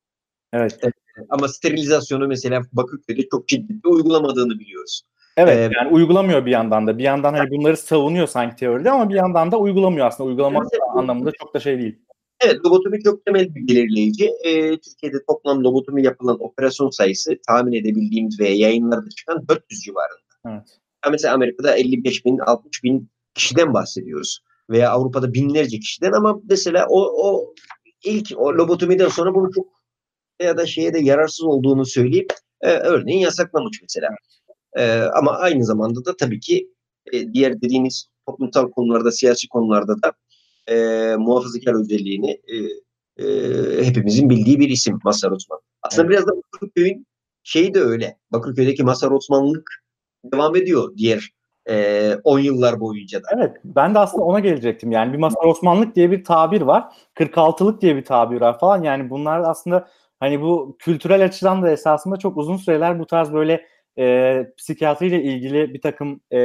Evet. E, ama sterilizasyonu mesela Bakırköy'de çok ciddi uygulamadığını biliyoruz. Evet E, yani uygulamıyor bir yandan da. Bir yandan hani bunları savunuyor sanki teoride ama bir yandan da uygulamıyor aslında. Uygulamak evet, anlamında çok da şey değil. Evet, lobotomi çok temel bir belirleyici. E, Türkiye'de toplam lobotomi yapılan operasyon sayısı tahmin edebildiğimiz ve yayınlarda çıkan dört yüz civarında. Evet. Mesela Amerika'da elli beş bin, altmış bin kişiden bahsediyoruz. Veya Avrupa'da binlerce kişiden ama mesela o, o ilk o lobotomiden sonra bunu çok ya da şeye de yararsız olduğunu söyleyip e, örneğin yasaklamış mesela. E, ama aynı zamanda da tabii ki e, diğer dediğiniz toplumsal konularda, siyasi konularda da e, muhafazakar özelliğini e, e, hepimizin bildiği bir isim Mazhar Osman. Aslında Evet. biraz da Bakırköy'ün şeyi de öyle. Bakırköy'deki Mazhar Osmanlık devam ediyor diğer e, on yıllar boyunca da. Evet, ben de aslında ona gelecektim. Yani bir Mazhar Osmanlık diye bir tabir var. kırk altılık diye bir tabir var falan. Yani bunlar aslında Hani bu kültürel açıdan da esasında çok uzun süreler bu tarz böyle e, psikiyatriyle ilgili bir takım e,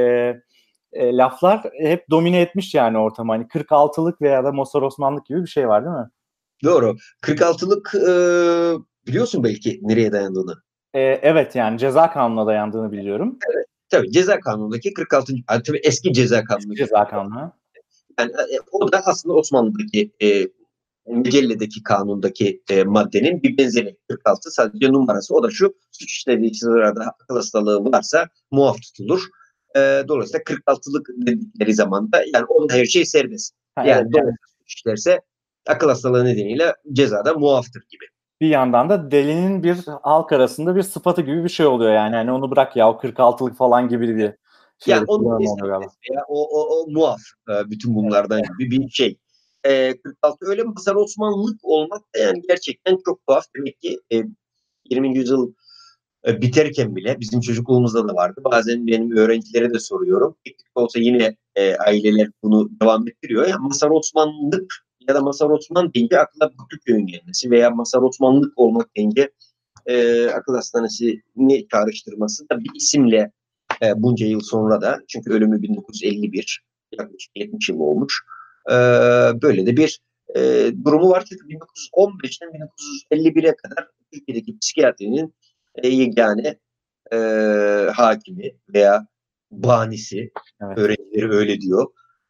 e, laflar hep domine etmiş yani ortamı. Hani kırk altılık veya da Mosor Osmanlık gibi bir şey var değil mi? Doğru. kırk altılık e, biliyorsun belki nereye dayandığını. E, evet yani ceza kanununa dayandığını biliyorum. Evet. Tabii ceza kanunundaki kırk altıncı. Yani tabii eski ceza Eski kanunundaki. ceza kanunu. Yani e, o da aslında Osmanlı'daki e, Mecelle'deki kanundaki e, maddenin bir benzeri. kırk altı sadece numarası. O da şu: suç işlediği sırada akıl hastalığı varsa muaf tutulur. E, dolayısıyla kırk altılık dedikleri zaman da yani onda her şey serbest. Ha, evet Yani yani dolayısıyla suç işlerse akıl hastalığı nedeniyle cezada muaftır gibi. bir yandan da delinin bir halk arasında bir sıfatı gibi bir şey oluyor yani. Hani onu bırak ya o kırk altılık falan gibi bir şey Yani de onun kullanım oluyor galiba. serbest veya o, o, o muaf e, bütün bunlardan gibi bir şey. E, kırk altı öyle Masar Osmanlık olmak da yani gerçekten çok tuhaf. Demek ki e, yirminci yüzyıl e, biterken bile bizim çocukluğumuzda da vardı. Bazen benim öğrencilere de soruyorum. Teknik olsa yine e, aileler bunu devam ettiriyor. Yani Masar Osmanlık ya da Masar Osman deyince akla Bakırköy'ün gelmesi veya Masar Osmanlık olmak deyince e, akıl hastanesini çağrıştırması da bir isimle e, bunca yıl sonra da, çünkü ölümü bin dokuz yüz elli bir, yaklaşık yetmiş yıl olmuş. E, böyle de bir e, durumu var. Çünkü bin dokuz yüz on beşten bin dokuz yüz elli bire kadar Türkiye'deki psikiyatrinin e, yegane e, hakimi veya banisi, Evet. öğrencileri öyle diyor,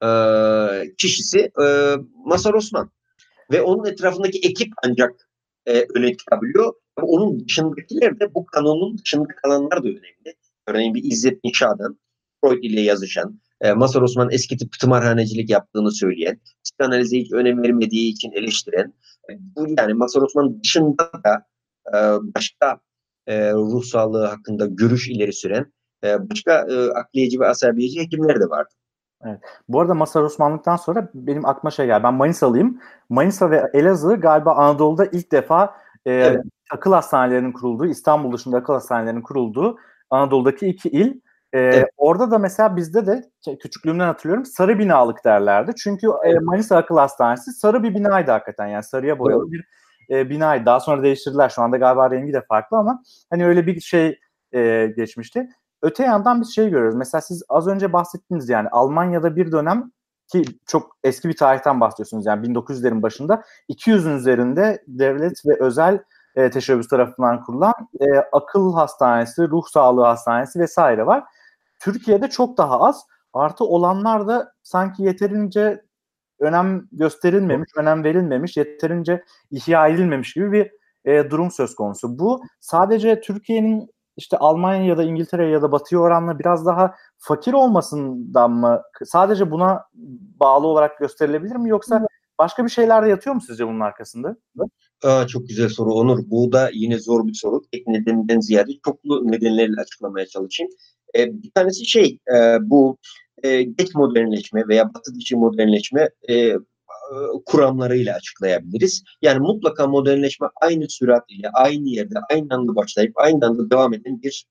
e, kişisi e, Mazhar Osman. Ve onun etrafındaki ekip ancak e, öne çıkabiliyor. Ama onun dışındakiler de, bu kanonun dışında kalanlar da önemli. Örneğin bir İzzet Nişadan, Freud ile yazışan, e, Mazhar Osman eski tip tımarhanecilik yaptığını söyleyen, psikanalize hiç önem vermediği için eleştiren, e, bu yani Mazhar Osman dışında da e, başka e, ruh sağlığı hakkında görüş ileri süren e, başka e, akliyeci ve asabiyeci hekimler de vardı. Evet. Bu arada Mazhar Osmanlık'tan sonra benim aklıma şey geldi. Ben Manisalıyım. Manisa ve Elazığ galiba Anadolu'da ilk defa e, Evet, akıl hastanelerinin kurulduğu, İstanbul dışında akıl hastanelerinin kurulduğu Anadolu'daki iki il. E, evet, orada da mesela bizde de küçüklüğümden hatırlıyorum sarı binalık derlerdi. Çünkü e, evet, Manisa Akıl Hastanesi sarı bir binaydı hakikaten. Yani sarıya doğru. boyalı bir e, binaydı. Daha sonra değiştirdiler. Şu anda galiba rengi de farklı ama hani öyle bir şey e, geçmişti. Öte yandan biz şey görüyoruz. Mesela siz az önce bahsettiniz yani Almanya'da bir dönem, ki çok eski bir tarihten bahsediyorsunuz yani bin dokuz yüzlerin başında iki yüzün üzerinde devlet ve özel e, teşebbüs tarafından kurulan e, akıl hastanesi, ruh sağlığı hastanesi vesaire var. Türkiye'de çok daha az. Artı olanlar da sanki yeterince önem gösterilmemiş, önem verilmemiş, yeterince ihya edilmemiş gibi bir e, durum söz konusu. Bu sadece Türkiye'nin işte Almanya ya da İngiltere ya da Batı'ya oranla biraz daha fakir olmasından mı, sadece buna bağlı olarak gösterilebilir mi, yoksa başka bir şeyler de yatıyor mu sizce bunun arkasında? Aa, çok güzel soru Onur. Bu da yine zor bir soru. Tek nedeninden ziyade çoklu nedenlerle açıklamaya çalışayım. Ee, bir tanesi şey, e, bu e, geç modernleşme veya batı dışı modernleşme e, kuramlarıyla açıklayabiliriz. Yani mutlaka modernleşme aynı sürat ile, aynı yerde, aynı anda başlayıp aynı anda devam eden bir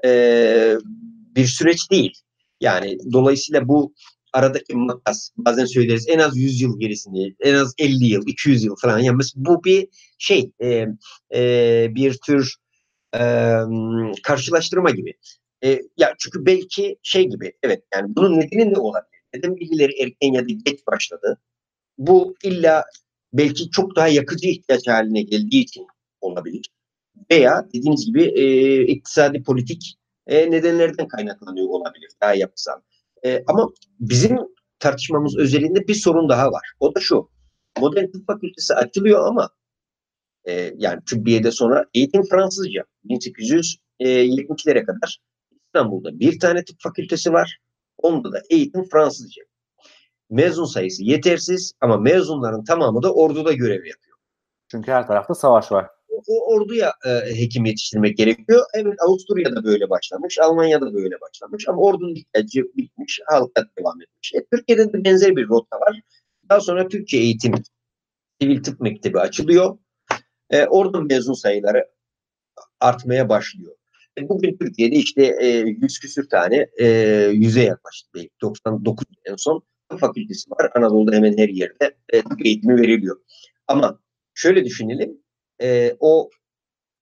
e, bir süreç değil. Yani dolayısıyla bu aradaki makas, bazen söyleriz en az yüz yıl gerisini, en az elli yıl, iki yüz yıl falan. Yani bu bir şey, e, e, bir tür e, karşılaştırma gibi. E, ya çünkü belki şey gibi, evet, yani bunun nedeni ne olabilir? Neden bilgileri erken ya da geç başladı? Bu illa belki çok daha yakıcı ihtiyaç haline geldiği için olabilir. Veya dediğiniz gibi e, iktisadi politik e, nedenlerden kaynaklanıyor olabilir. Daha yapısal. E, ama bizim tartışmamız özelinde bir sorun daha var. O da şu: modern tıp fakültesi açılıyor ama e, yani tıbbiyede sonra eğitim Fransızca. bin sekiz yüz yetmişlere kadar İstanbul'da bir tane tıp fakültesi var. Onda da eğitim Fransızca. Mezun sayısı yetersiz ama mezunların tamamı da orduda görev yapıyor. Çünkü her tarafta savaş var. O, o orduya e, hekim yetiştirmek gerekiyor. Evet, Avusturya'da böyle başlamış, Almanya'da böyle başlamış ama ordunun ihtiyacı bitmiş, halka devam etmiş. E, Türkiye'de de benzer bir rota var. Daha sonra Türkiye Eğitim Sivil Tıp Mektebi açılıyor. E, oradan mezun sayıları artmaya başlıyor. E, bugün Türkiye'de işte e, yüz küsür tane, e, yüze yaklaştı. doksan dokuz en son tıp fakültesi var. Anadolu'da hemen her yerde e, tıp eğitimi veriliyor. Ama şöyle düşünelim. E, o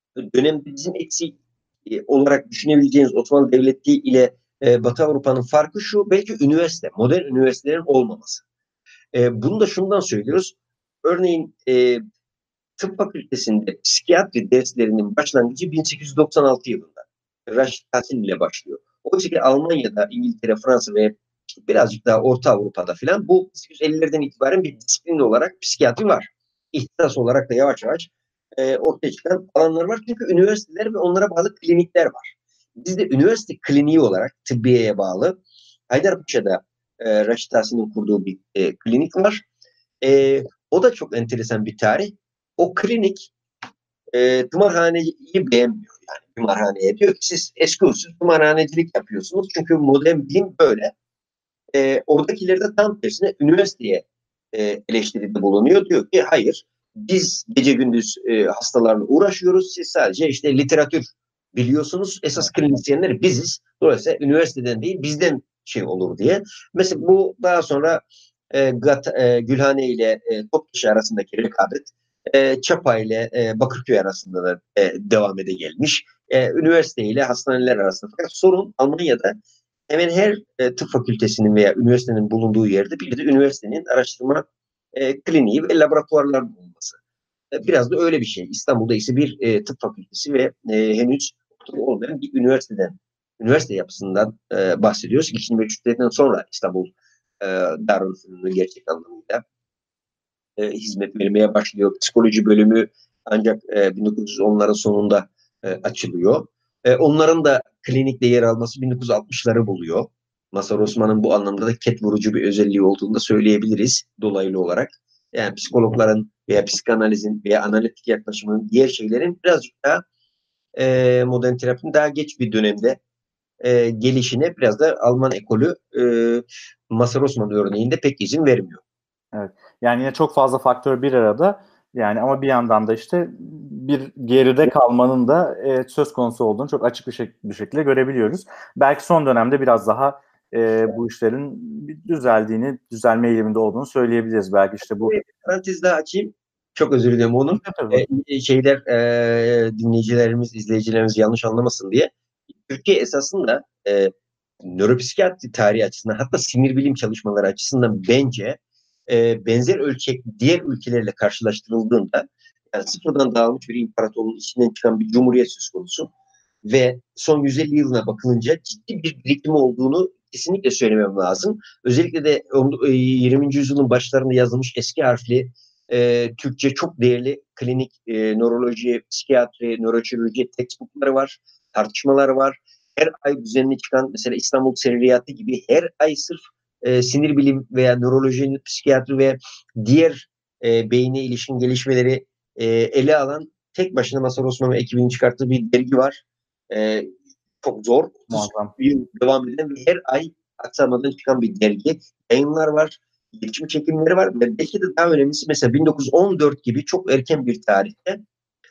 dönemde bizim eksik e, olarak düşünebileceğiniz Osmanlı Devleti ile e, Batı Avrupa'nın farkı şu, belki üniversite, modern üniversitelerin olmaması. E, bunu da şundan söylüyoruz. Örneğin e, tıp fakültesinde psikiyatri derslerinin başlangıcı bin sekiz yüz doksan altı yılında. Raşit Tahsin ile başlıyor. Oysa ki Almanya'da, İngiltere, Fransa ve işte birazcık daha Orta Avrupa'da filan bu bin sekiz yüz ellilerden itibaren bir disiplin olarak psikiyatri var. İhtisas olarak da yavaş yavaş e, ortaya çıkan alanlar var. Çünkü üniversiteler ve onlara bağlı klinikler var. Bizde üniversite kliniği olarak tıbbiyeye bağlı Haydarpaşa'da e, Raşit Tahsin'in kurduğu bir e, klinik var. E, o da çok enteresan bir tarih. O klinik e, tımarhaneyi beğenmiyor. Yani tımarhaneye diyor ki siz eski usul tımarhanecilik yapıyorsunuz. Çünkü modern bilim böyle. E, oradakiler de tam tersine üniversiteye e, eleştiride bulunuyor. Diyor ki hayır biz gece gündüz e, hastalarla uğraşıyoruz. Siz sadece işte literatür biliyorsunuz. Esas klinisyenler biziz. Dolayısıyla üniversiteden değil bizden şey olur diye. Mesela bu daha sonra e, Gat, e, Gülhane ile e, Toptaşı arasındaki rekabet e, Çapa ile e, Bakırköy arasında da e, devam ede gelmiş. E, üniversite ile hastaneler arasında. Fakat sorun Almanya'da hemen her e, tıp fakültesinin veya üniversitenin bulunduğu yerde bir de üniversitenin araştırma e, kliniği ve laboratuvarlar bulunması. E, biraz da öyle bir şey. İstanbul'da ise bir e, tıp fakültesi ve e, henüz olmayan bir üniversiteden, üniversite yapısından e, bahsediyoruz. İkinci Meşrutiyet'ten sonra İstanbul e, Darülfünun'un gerçek anlamıyla e, hizmet vermeye başlıyor. Psikoloji bölümü ancak e, bin dokuz yüz onların sonunda e, açılıyor. E, onların da klinikte yer alması bin dokuz yüz altmışları buluyor. Mazhar Osman'ın bu anlamda da ket vurucu bir özelliği olduğunu da söyleyebiliriz dolaylı olarak. Yani psikologların veya psikanalizin veya analitik yaklaşımın diğer şeylerin birazcık daha e, modern terapinin daha geç bir dönemde e, gelişine biraz da Alman ekolü e, Mazhar Osman örneğinde pek izin vermiyor. Evet. Yani yine çok fazla faktör bir arada. Yani ama bir yandan da işte bir geride kalmanın da e, söz konusu olduğunu çok açık bir, şek- bir şekilde görebiliyoruz. Belki son dönemde biraz daha e, bu işlerin düzeldiğini, düzelme eğiliminde olduğunu söyleyebiliriz. Belki işte bu. Bir parantez daha açayım. Çok özür dilerim onu. Tabii. Ee, şeyler e, dinleyicilerimiz, izleyicilerimiz yanlış anlamasın diye. Türkiye esasında e, nöropsikiyatri tarihi açısından hatta sinir bilim çalışmaları açısından bence e, benzer ölçek diğer ülkelerle karşılaştırıldığında yani sıfırdan dağılmış bir imparatorluğun içinden çıkan bir cumhuriyet söz konusu ve son yüz elli yılına bakılınca ciddi bir birikim olduğunu kesinlikle söylemem lazım. Özellikle de yirminci yüzyılın başlarında yazılmış eski harfli e, Türkçe çok değerli klinik e, nöroloji, psikiyatri, nöroçirurji textbookları var, tartışmalar var. Her ay düzenli çıkan mesela İstanbul Serriyatı gibi her ay sırf e, sinir bilim veya nöroloji, psikiyatri ve diğer e, beyne ilişkin gelişmeleri e, ele alan tek başına Mazhar Osman ve ekibinin çıkarttığı bir dergi var. E, çok zor. otuz yıl devam eden ve her ay aksamadan çıkan bir dergi. Yayınlar var. İletişim çekimleri var. Ve belki de daha önemlisi mesela bin dokuz yüz on dört gibi çok erken bir tarihte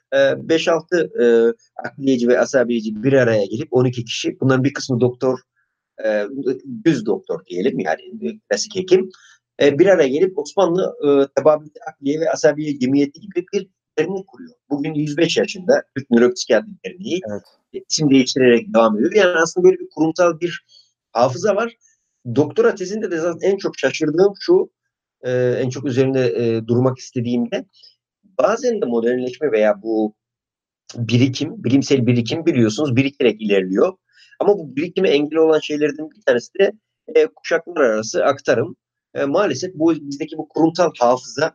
beş altı e, akliyeci ve asabiyeci bir araya gelip on iki kişi. Bunların bir kısmı doktor, e, düz doktor diyelim yani klasik hekim. E, bir araya gelip Osmanlı e, Tababit Akliye ve Asabiye Cemiyeti gibi bir dernek kuruyor. Bugün yüz beş yaşında Türk Nöropsikiyatri Derneği. Evet. İsim değiştirerek devam ediyor. Yani aslında böyle bir kurumsal bir hafıza var. Doktora tezinde de zaten en çok şaşırdığım şu, e, en çok üzerinde e, durmak istediğimde bazen de modernleşme veya bu birikim, bilimsel birikim biliyorsunuz birikerek ilerliyor. Ama bu birikime engel olan şeylerden bir tanesi de e, kuşaklar arası aktarım. E, maalesef bu bizdeki bu kurumsal hafıza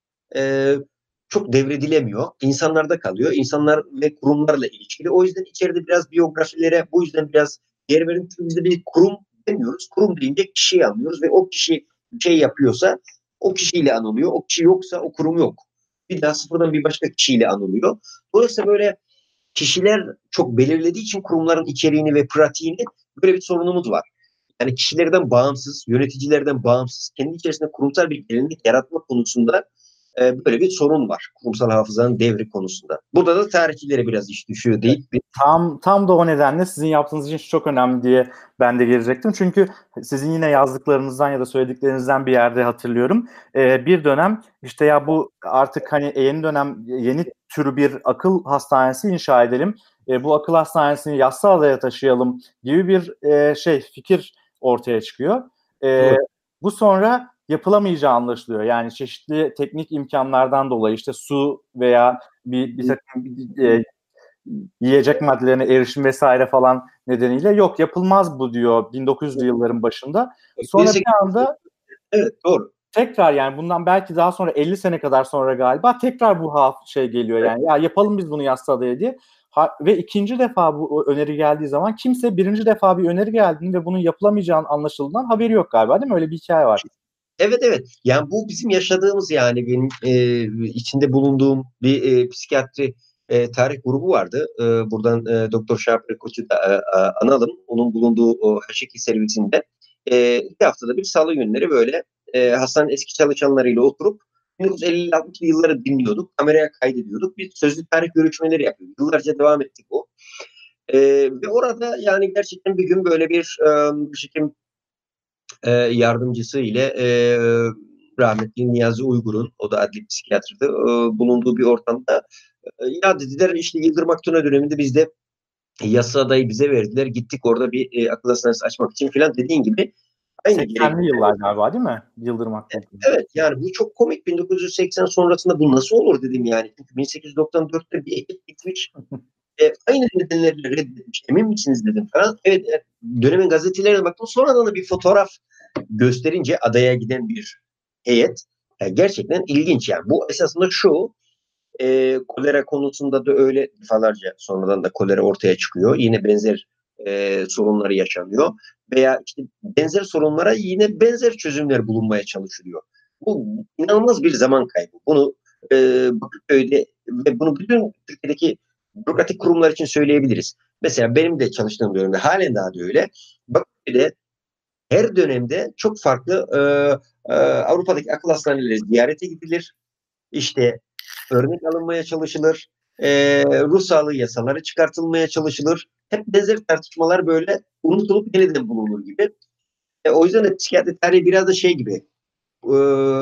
e, çok devredilemiyor. İnsanlarda kalıyor. İnsanlar ve kurumlarla ilişkili. O yüzden içeride biraz biyografilere bu yüzden biraz yer verin. Çünkü bizde bir kurum demiyoruz. Kurum deyince kişiyi anlıyoruz ve o kişi bir şey yapıyorsa o kişiyle anılıyor. O kişi yoksa o kurum yok. Bir daha sıfırdan bir başka kişiyle anılıyor. Dolayısıyla böyle kişiler çok belirlediği için kurumların içeriğini ve pratiğini böyle bir sorunumuz var. Yani kişilerden bağımsız, yöneticilerden bağımsız, kendi içerisinde kurumsal bir gelenek yaratma konusunda e, böyle bir sorun var kurumsal hafızanın devri konusunda. Burada da tarihçilere biraz iş düşüyor deyip bir... Tam tam da o nedenle sizin yaptığınız iş çok önemli diye ben de gelecektim. Çünkü sizin yine yazdıklarınızdan ya da söylediklerinizden bir yerde hatırlıyorum. Ee, bir dönem işte ya bu artık hani yeni dönem yeni tür bir akıl hastanesi inşa edelim. E, bu akıl hastanesini Yassıada'ya taşıyalım gibi bir e, şey fikir ortaya çıkıyor. E, bu sonra yapılamayacağı anlaşılıyor. Yani çeşitli teknik imkanlardan dolayı işte su veya bir, bir takım e, yiyecek maddelerine erişim vesaire falan nedeniyle yok yapılmaz bu diyor bin dokuz yüzlü yılların başında. Sonra bir anda evet doğru. Tekrar yani bundan belki daha sonra elli sene kadar sonra galiba tekrar bu ha şey geliyor yani ya yapalım biz bunu Yassıada'ya diye. Ha, ve ikinci defa bu öneri geldiği zaman kimse birinci defa bir öneri geldiğini ve bunun yapılamayacağının anlaşıldığından haberi yok galiba değil mi? Öyle bir hikaye var. Evet evet. Yani bu bizim yaşadığımız yani benim e, içinde bulunduğum bir e, psikiyatri e, tarih grubu vardı. E, buradan e, Doktor Şahap Koç'u da e, e, analım. Onun bulunduğu o H iki servisinde e, bir haftada bir salı günleri böyle e, hastanın eski çalışanlarıyla oturup bin dokuz yüz elli altmışlı yılları dinliyorduk. Kameraya kaydediyorduk. Bir sözlü tarih görüşmeleri yapıyorduk. Yıllarca devam ettik o. E, ve orada yani gerçekten bir gün böyle bir e, bir şekilde e, yardımcısı ile e, rahmetli Niyazi Uygur'un, o da adli psikiyatrdı, e, bulunduğu bir ortamda e, ya dediler işte Yıldırım Aktun'a döneminde bizde yasa adayı bize verdiler. Gittik orada bir e, akıl hastanesi açmak için filan dediğin gibi aynı seksenli yıllar galiba değil mi? Yıldırım Aktun'un. Evet yani bu çok komik. bin dokuz yüz seksen sonrasında bu nasıl olur dedim yani. Çünkü bin sekiz yüz doksan dörtte bir ekip gitmiş. E, aynı nedenlerle reddetmiş. Emin misiniz dedim falan. Evet, evet dönemin gazetelerine baktım. Sonradan da bir fotoğraf gösterince adaya giden bir heyet e, gerçekten ilginç yani. Bu esasında şu e, kolera konusunda da öyle defalarca sonradan da kolera ortaya çıkıyor. Yine benzer e, sorunları yaşanıyor. Veya işte benzer sorunlara yine benzer çözümler bulunmaya çalışılıyor. Bu inanılmaz bir zaman kaybı. Bunu e, Bakırköy'de ve bunu bütün Türkiye'deki bürokratik kurumlar için söyleyebiliriz. Mesela benim de çalıştığım dönemde halen daha da öyle. Bakırköy'de her dönemde çok farklı e, e, Avrupa'daki akıl hastaneleri ziyarete gidilir. İşte örnek alınmaya çalışılır. E, ruh sağlığı yasaları çıkartılmaya çalışılır. Hep benzer tartışmalar böyle unutulup yeniden bulunur gibi. E, o yüzden de psikiyatri tarihi biraz da şey gibi. E,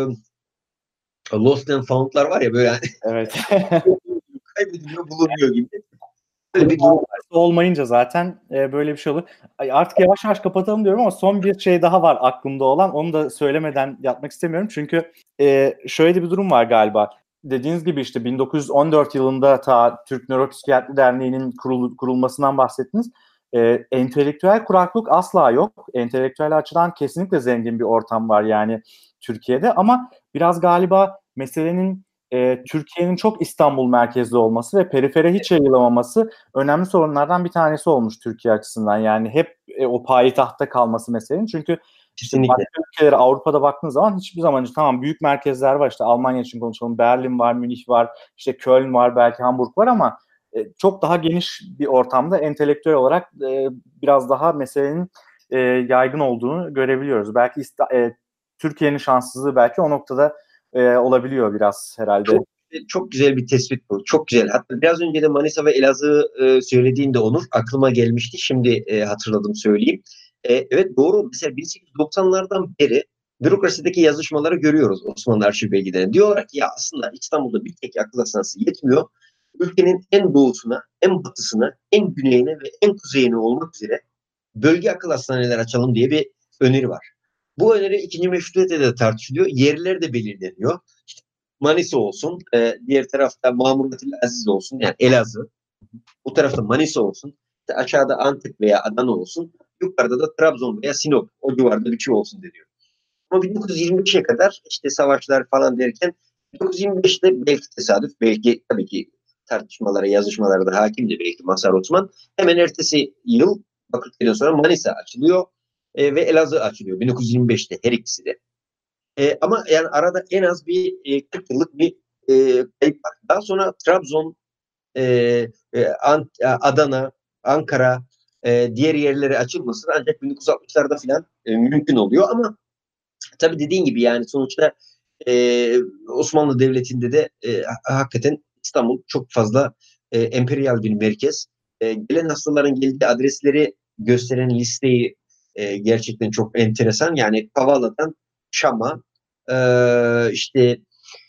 Lost and Found'lar var ya böyle evet. kaybediliyor bulunmuyor gibi. Böyle bir durum olmayınca zaten e, böyle bir şey olur. Ay, artık yavaş yavaş kapatalım diyorum ama son bir şey daha var aklımda olan. Onu da söylemeden yatmak istemiyorum. Çünkü e, şöyle bir durum var galiba. Dediğiniz gibi işte bin dokuz yüz on dört yılında ta Türk Nöropsikiyatri Derneği'nin kurul, kurulmasından bahsettiniz. E, entelektüel kuraklık asla yok. Entelektüel açıdan kesinlikle zengin bir ortam var yani Türkiye'de. Ama biraz galiba meselenin e, Türkiye'nin çok İstanbul merkezli olması ve perifere hiç yayılamaması önemli sorunlardan bir tanesi olmuş Türkiye açısından. Yani hep e, o payitahtta kalması meselenin. Çünkü işte başka ülkelere Avrupa'da baktığınız zaman hiçbir zaman tamam büyük merkezler var, işte Almanya için konuşalım, Berlin var, Münih var, işte Köln var, belki Hamburg var ama e, çok daha geniş bir ortamda entelektüel olarak e, biraz daha meselenin e, yaygın olduğunu görebiliyoruz. Belki e, Türkiye'nin şanssızlığı belki o noktada e, olabiliyor biraz herhalde. Çok, çok güzel bir tespit bu. Çok güzel. Hatta biraz önce de Manisa ve Elazığ e, söylediğinde Onur aklıma gelmişti. Şimdi e, hatırladım söyleyeyim. E, evet doğru. Mesela bin sekiz yüz doksanlardan beri bürokrasideki yazışmaları görüyoruz Osmanlı arşiv belgelerinde. Diyorlar ki ya aslında İstanbul'da bir tek akıl hastanesi yetmiyor. Ülkenin en doğusuna, en batısına, en güneyine ve en kuzeyine olmak üzere bölge akıl hastaneleri açalım diye bir öneri var. Bu öneri ikinci meşrutiyette de tartışılıyor. Yerler de belirleniyor. İşte Manisa olsun, e, diğer tarafta Mamurlatil Aziz olsun, yani Elazığ. Bu tarafta Manisa olsun, işte aşağıda Antep veya Adana olsun, yukarıda da Trabzon veya Sinop, o civarda bir şey olsun deniyor. Ama bin dokuz yüz yirmi beşe kadar işte savaşlar falan derken bin dokuz yüz yirmi beşte belki tesadüf, belki tabii ki tartışmalara, yazışmalara da hakimdi belki Mazhar Osman. Hemen ertesi yıl Bakırköy'den sonra Manisa açılıyor e, ve Elazığ açılıyor bin dokuz yüz yirmi beşte her ikisi de. E, ama yani arada en az bir e, kırk yıllık bir e, kayıp var. Daha sonra Trabzon, e, e, An- Adana, Ankara, e, diğer yerlere açılması ancak bin dokuz yüz altmışlarda falan e, mümkün oluyor ama tabii dediğin gibi yani sonuçta e, Osmanlı Devleti'nde de e, hakikaten İstanbul çok fazla e, emperyal bir merkez. E, gelen hastaların geldiği adresleri gösteren listeyi e, gerçekten çok enteresan. Yani Kavala'dan Şam'a, e, işte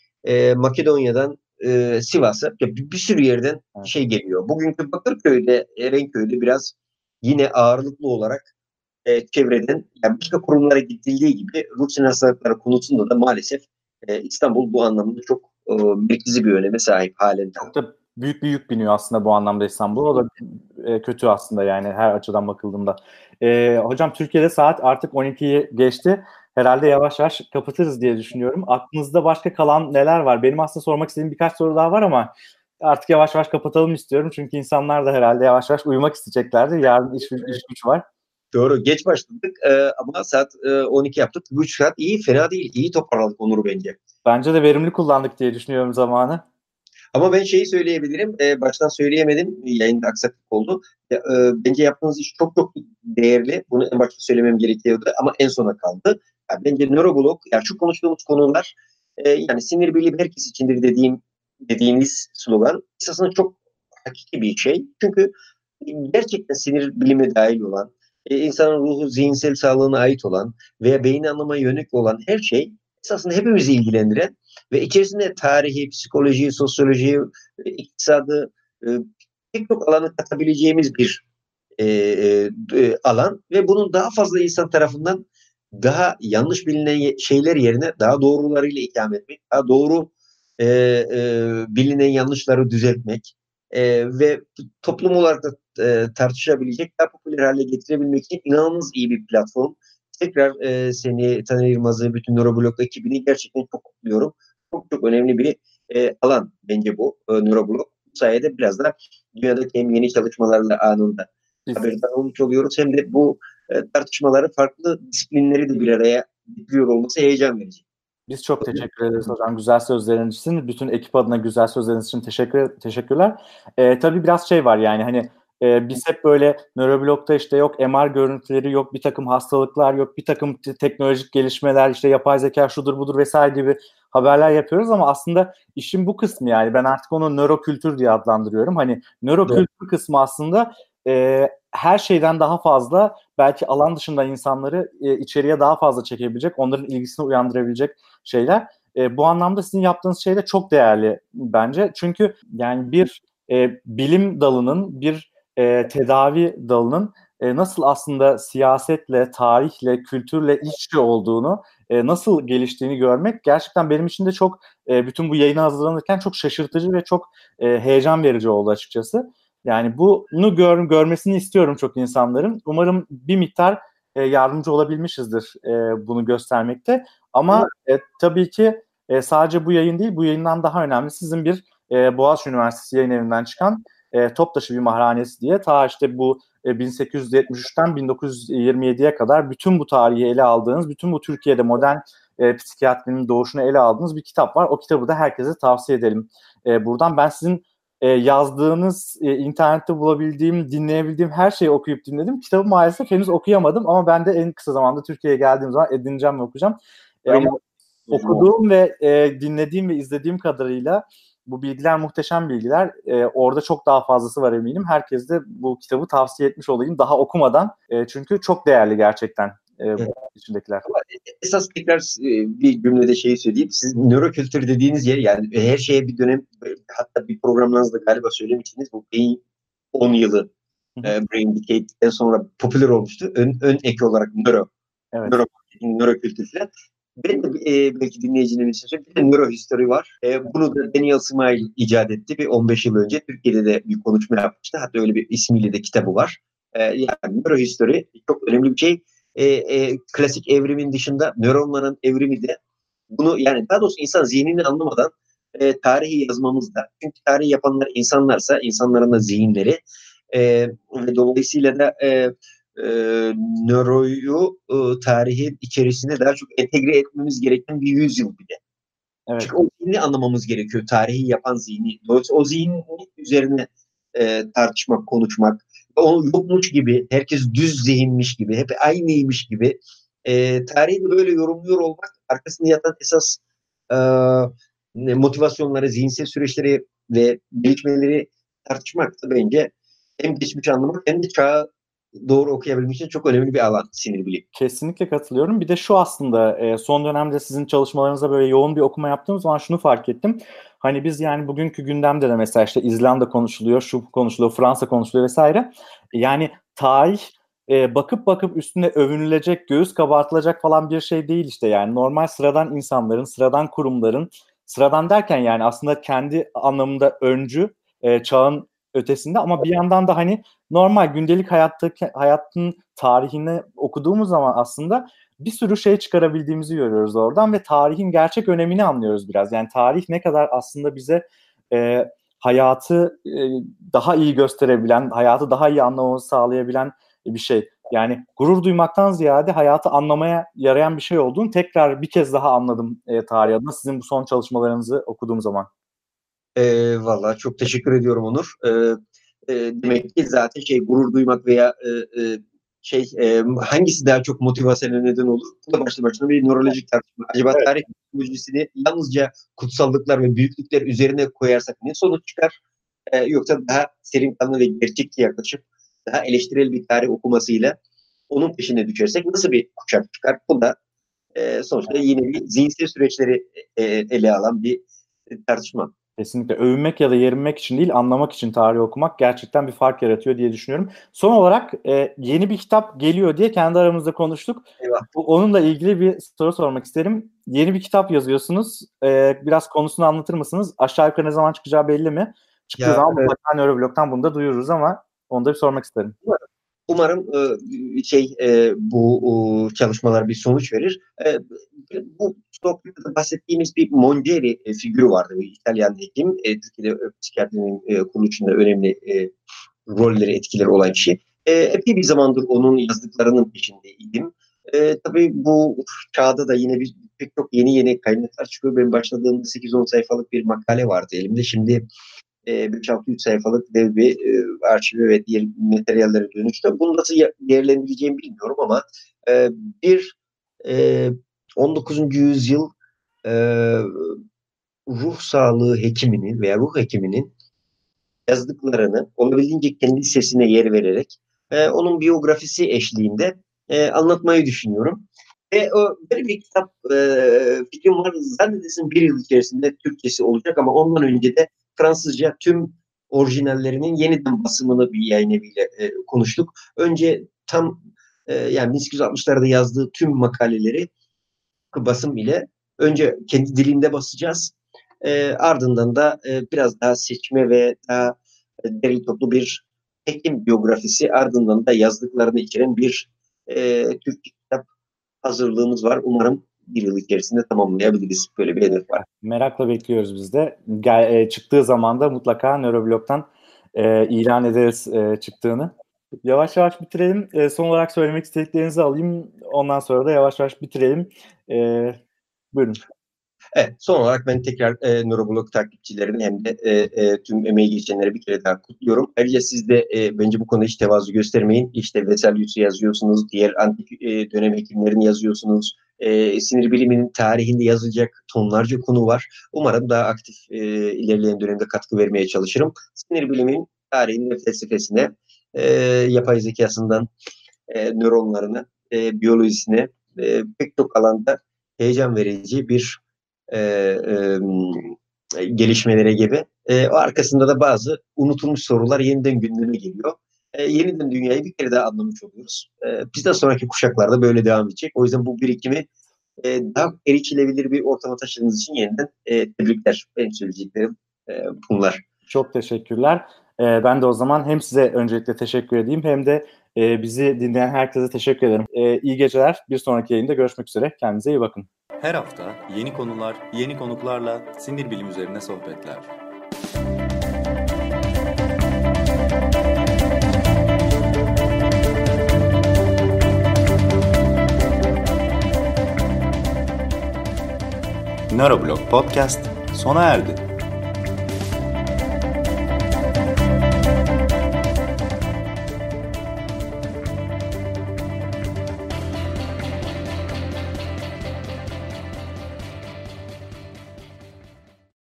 e, Makedonya'dan e, Sivas'a, ya bir, bir sürü yerden Evet. şey geliyor. Bugünkü Bakırköy'de, Erenköy'de biraz yine ağırlıklı olarak e, çevreden, yani başka kurumlara gidildiği gibi rutin hastalıkları konusunda da maalesef e, İstanbul bu anlamda çok e, merkezi bir öneme sahip halen daha. Çok da büyük bir yük biniyor aslında bu anlamda İstanbul. O da e, kötü aslında yani her açıdan bakıldığında. E, hocam Türkiye'de saat artık on ikiyi geçti. Herhalde yavaş yavaş kapatırız diye düşünüyorum. Aklınızda başka kalan neler var? Benim aslında sormak istediğim birkaç soru daha var ama artık yavaş yavaş kapatalım istiyorum. Çünkü insanlar da herhalde yavaş yavaş uyumak isteyeceklerdir. Yarın iş, iş güç var. Doğru, geç başladık e, ama saat e, on iki yaptık. Bu üç saat iyi, fena değil. İyi toparladık Onur bence. Bence de verimli kullandık diye düşünüyorum zamanı. Ama ben şeyi söyleyebilirim. E, baştan söyleyemedim. Yayında aksaklık oldu. E, e, bence yaptığınız iş çok çok değerli. Bunu en başta söylemem gerekiyordu ama en sona kaldı. Yani bence nöroblog, yani şu konuştuğumuz konular e, yani sinir bilimi herkes içindir dediğim dediğimiz slogan esasında çok hakiki bir şey. Çünkü gerçekten sinir bilimi dahil olan, e, insanın ruhu, zihinsel sağlığına ait olan veya beyin anlamaya yönelik olan her şey esasında hepimizi ilgilendiren ve içerisinde tarihi, psikolojiyi, sosyolojiyi, e, iktisadı, e, pek çok alanı katabileceğimiz bir e, e, alan ve bunun daha fazla insan tarafından daha yanlış bilinen şeyler yerine daha doğrularıyla ikame etmek, daha doğru e, e, bilinen yanlışları düzeltmek e, ve toplum olarak da e, tartışabilecek, daha popüler hale getirebilmek için inanılmaz iyi bir platform. Tekrar e, seni, Taner Yılmaz'ı, bütün Neuroblog ekibini gerçekten çok kutluyorum. Çok çok önemli bir e, alan bence bu e, Neuroblog. Bu sayede biraz da dünyadaki hem yeni çalışmalarla anında Biz, haberdar olmuş oluyoruz. Hem de bu e, tartışmaları, farklı disiplinleri de bir araya getiriyor olması heyecan verici. biz çok teşekkür ederiz hocam güzel sözleriniz için. Bütün ekip adına güzel sözleriniz için teşekkür teşekkürler. Ee, tabii biraz şey var yani hani e, biz hep böyle nöroblogda işte yok M R görüntüleri, yok bir takım hastalıklar, yok bir takım te- teknolojik gelişmeler, işte yapay zeka şudur budur vesaire gibi haberler yapıyoruz ama aslında işin bu kısmı yani ben artık onu nörokültür diye adlandırıyorum. Hani nörokültür kısmı aslında e, her şeyden daha fazla belki alan dışında insanları e, içeriye daha fazla çekebilecek, onların ilgisini uyandırabilecek şeyler. E, bu anlamda sizin yaptığınız şey de çok değerli bence. Çünkü yani bir e, bilim dalının, bir e, tedavi dalının e, nasıl aslında siyasetle, tarihle, kültürle iç içe olduğunu, e, nasıl geliştiğini görmek gerçekten benim için de çok e, bütün bu yayına hazırlanırken çok şaşırtıcı ve çok e, heyecan verici oldu açıkçası. Yani bunu gör, görmesini istiyorum çok insanların. Umarım bir miktar e, yardımcı olabilmişizdir e, bunu göstermekte. Ama e, tabii ki e, sadece bu yayın değil, bu yayından daha önemli. Sizin bir e, Boğaziçi Üniversitesi yayın evinden çıkan e, Toptaşı Bimarhanesi diye ta işte bu e, bin sekiz yüz yetmiş üçten bin dokuz yüz yirmi yediye kadar bütün bu tarihi ele aldığınız, bütün bu Türkiye'de modern e, psikiyatrinin doğuşunu ele aldığınız bir kitap var. O kitabı da herkese tavsiye edelim. E, buradan ben sizin e, yazdığınız, e, internette bulabildiğim, dinleyebildiğim her şeyi okuyup dinledim. Kitabı maalesef henüz okuyamadım ama ben de en kısa zamanda Türkiye'ye geldiğim zaman edineceğim ve okuyacağım. E, ama okuduğum ve e, dinlediğim ve izlediğim kadarıyla bu bilgiler muhteşem bilgiler. E, orada çok daha fazlası var eminim. Herkes de bu kitabı tavsiye etmiş olayım daha okumadan. E, çünkü çok değerli gerçekten e, bu içindekiler. Ama esas tekrar e, bir cümlede şeyi söyleyeyim. Siz nörokültür dediğiniz yer, yani her şeye bir dönem, hatta bir programlarınızda galiba söylemiştiniz, bu beyin on yılı e, Brain Decade'den sonra popüler olmuştu. Ön, ön eki olarak nöro, Evet. nöro, nörokültür falan. Ben de e, belki dinleyicilerin için söyleyeyim. Bir de nörohistory var. E, bunu da Daniel Smile icat etti bir on beş yıl önce. Türkiye'de de bir konuşma yapmıştı. Hatta öyle bir ismiyle de kitabı var. E, yani nörohistory çok önemli bir şey. E, e, klasik evrimin dışında nöronların evrimi de bunu, yani daha doğrusu insan zihnini anlamadan e, tarihi yazmamızda. Çünkü tarihi yapanlar insanlarsa insanların da zihinleri e, ve dolayısıyla da e, e, nöroyu e, tarihin içerisine daha çok entegre etmemiz gereken bir yüzyıl bile. Evet. Çünkü o zihni anlamamız gerekiyor. Tarihi yapan zihni. Dolayısıyla o zihnin üzerine e, tartışmak, konuşmak, o yokmuş gibi, herkes düz zihinmiş gibi, hep aynıymış gibi e, tarihi böyle yorumluyor olmak, arkasında yatan esas e, motivasyonları, zihinsel süreçleri ve gelişmeleri tartışmak da bence hem geçmişi anlamak hem de çağı doğru okuyabilmek için çok önemli bir alan sinir bilimi. Kesinlikle katılıyorum. Bir de şu aslında e, son dönemde sizin çalışmalarınızda böyle yoğun bir okuma yaptığım zaman şunu fark ettim. Hani biz yani bugünkü gündemde de mesela işte İzlanda konuşuluyor, şu konuşuluyor, Fransa konuşuluyor vesaire. Yani tarih e, bakıp bakıp üstüne övünülecek, göğüs kabartılacak falan bir şey değil işte. Yani normal sıradan insanların, sıradan kurumların, sıradan derken yani aslında kendi anlamında öncü, e, çağın ötesinde ama bir yandan da hani normal gündelik hayattaki hayatın tarihini okuduğumuz zaman aslında bir sürü şey çıkarabildiğimizi görüyoruz oradan ve tarihin gerçek önemini anlıyoruz biraz. Yani tarih ne kadar aslında bize e, hayatı e, daha iyi gösterebilen, hayatı daha iyi anlamamızı sağlayabilen bir şey. Yani gurur duymaktan ziyade hayatı anlamaya yarayan bir şey olduğunu tekrar bir kez daha anladım e, tarih adına sizin bu son çalışmalarınızı okuduğum zaman. E, Valla çok teşekkür ediyorum Onur. E, e, demek ki zaten şey gurur duymak veya e, e, şey e, hangisi daha çok motivasyona neden olur? Bu da başlı başına bir nörolojik tartışma. Acaba evet. Tarih psikolojisini yalnızca kutsallıklar ve büyüklükler üzerine koyarsak ne sonuç çıkar? E, yoksa daha serin kanlı ve gerçekçi yaklaşıp daha eleştirel bir tarih okumasıyla onun peşine düşersek nasıl bir kuşak çıkar? Bu da e, sonuçta yine bir zihinsel süreçleri e, ele alan bir tartışma. Kesinlikle. Övünmek ya da yerinmek için değil, anlamak için tarih okumak gerçekten bir fark yaratıyor diye düşünüyorum. Son olarak e, yeni bir kitap geliyor diye kendi aramızda konuştuk. Eyvah. Onunla ilgili bir soru sormak isterim. Yeni bir kitap yazıyorsunuz. E, biraz konusunu anlatır mısınız? Aşağı yukarı ne zaman çıkacağı belli mi? Çıktığı ya, zaman evet. mutlaka Nöroblog'dan bunu da duyururuz ama onu da bir sormak isterim. Umarım e, şey e, bu e, çalışmalar bir sonuç verir. E, bu Sokrat'ta bahsettiğimiz bir Mongeri e, figürü vardı. Bir İtalyan hekim. E, Türkiye'de e, psikiyatrinin e, kuruluşunda önemli e, rolleri, etkileri olan kişi. E, epey bir zamandır onun yazdıklarının peşindeydim. E, tabii bu çağda da yine bir pek çok yeni yeni kaynaklar çıkıyor. Ben başladığımda sekiz on sayfalık bir makale vardı elimde. Şimdi beş altı yüz sayfalık dev bir e, arşivi ve diğer materyallere dönüştü. Bunu nasıl değerlendireceğimi bilmiyorum ama e, bir e, on dokuzuncu yüzyıl e, ruh sağlığı hekiminin veya ruh hekiminin yazdıklarını olabildiğince kendi sesine yer vererek e, onun biyografisi eşliğinde e, anlatmayı düşünüyorum. Ve o böyle bir kitap e, fikrim var. Zannedersin bir yıl içerisinde Türkçesi olacak ama ondan önce de Fransızca tüm orijinallerinin yeniden basımını bir yayın eviyle e, konuştuk. Önce tam e, yani bin sekiz yüz altmışlarda yazdığı tüm makaleleri basım ile önce kendi dilinde basacağız. E, ardından da e, biraz daha seçme ve daha e, derli toplu bir hekim biyografisi, ardından da yazdıklarını içeren bir e, Türkçe kitap hazırlığımız var. Umarım bir yıl içerisinde tamamlayabiliriz. Böyle bir hedef var. Merakla bekliyoruz biz de. Gel, e, çıktığı zaman da mutlaka Nöroblog'dan e, ilan ederiz e, çıktığını. Yavaş yavaş bitirelim. E, son olarak söylemek istediklerinizi alayım. Ondan sonra da yavaş yavaş bitirelim. E, buyurun. Evet, son olarak ben tekrar e, Nöroblog takipçilerini hem de e, e, tüm emeği geçenleri bir kere daha kutluyorum. Ayrıca siz de e, bence bu konuda hiç tevazu göstermeyin. İşte Vesalius'u yazıyorsunuz, diğer antik e, dönem hekimlerini yazıyorsunuz. E, sinir biliminin tarihinde yazılacak tonlarca konu var. Umarım daha aktif e, ilerleyen dönemde katkı vermeye çalışırım. Sinir biliminin tarihinde felsefesine, e, yapay zekasından e, nöronlarına, e, biyolojisine e, pek çok alanda heyecan verici bir E, e, gelişmelere gibi. E, o arkasında da bazı unutulmuş sorular yeniden gündeme geliyor. E, yeniden dünyayı bir kere daha anlamış oluyoruz. E, bizden sonraki kuşaklarda böyle devam edecek. O yüzden bu birikimi e, daha erişilebilir bir ortama taşıdığınız için yeniden e, tebrikler. Benim söyleyeceklerim e, bunlar. Çok teşekkürler. E, ben de o zaman hem size öncelikle teşekkür edeyim hem de e, bizi dinleyen herkese teşekkür ederim. E, iyi geceler. Bir sonraki yayında görüşmek üzere. Kendinize iyi bakın. Her hafta yeni konular, yeni konuklarla sinir bilim üzerine sohbetler. Nöroblog Podcast sona erdi.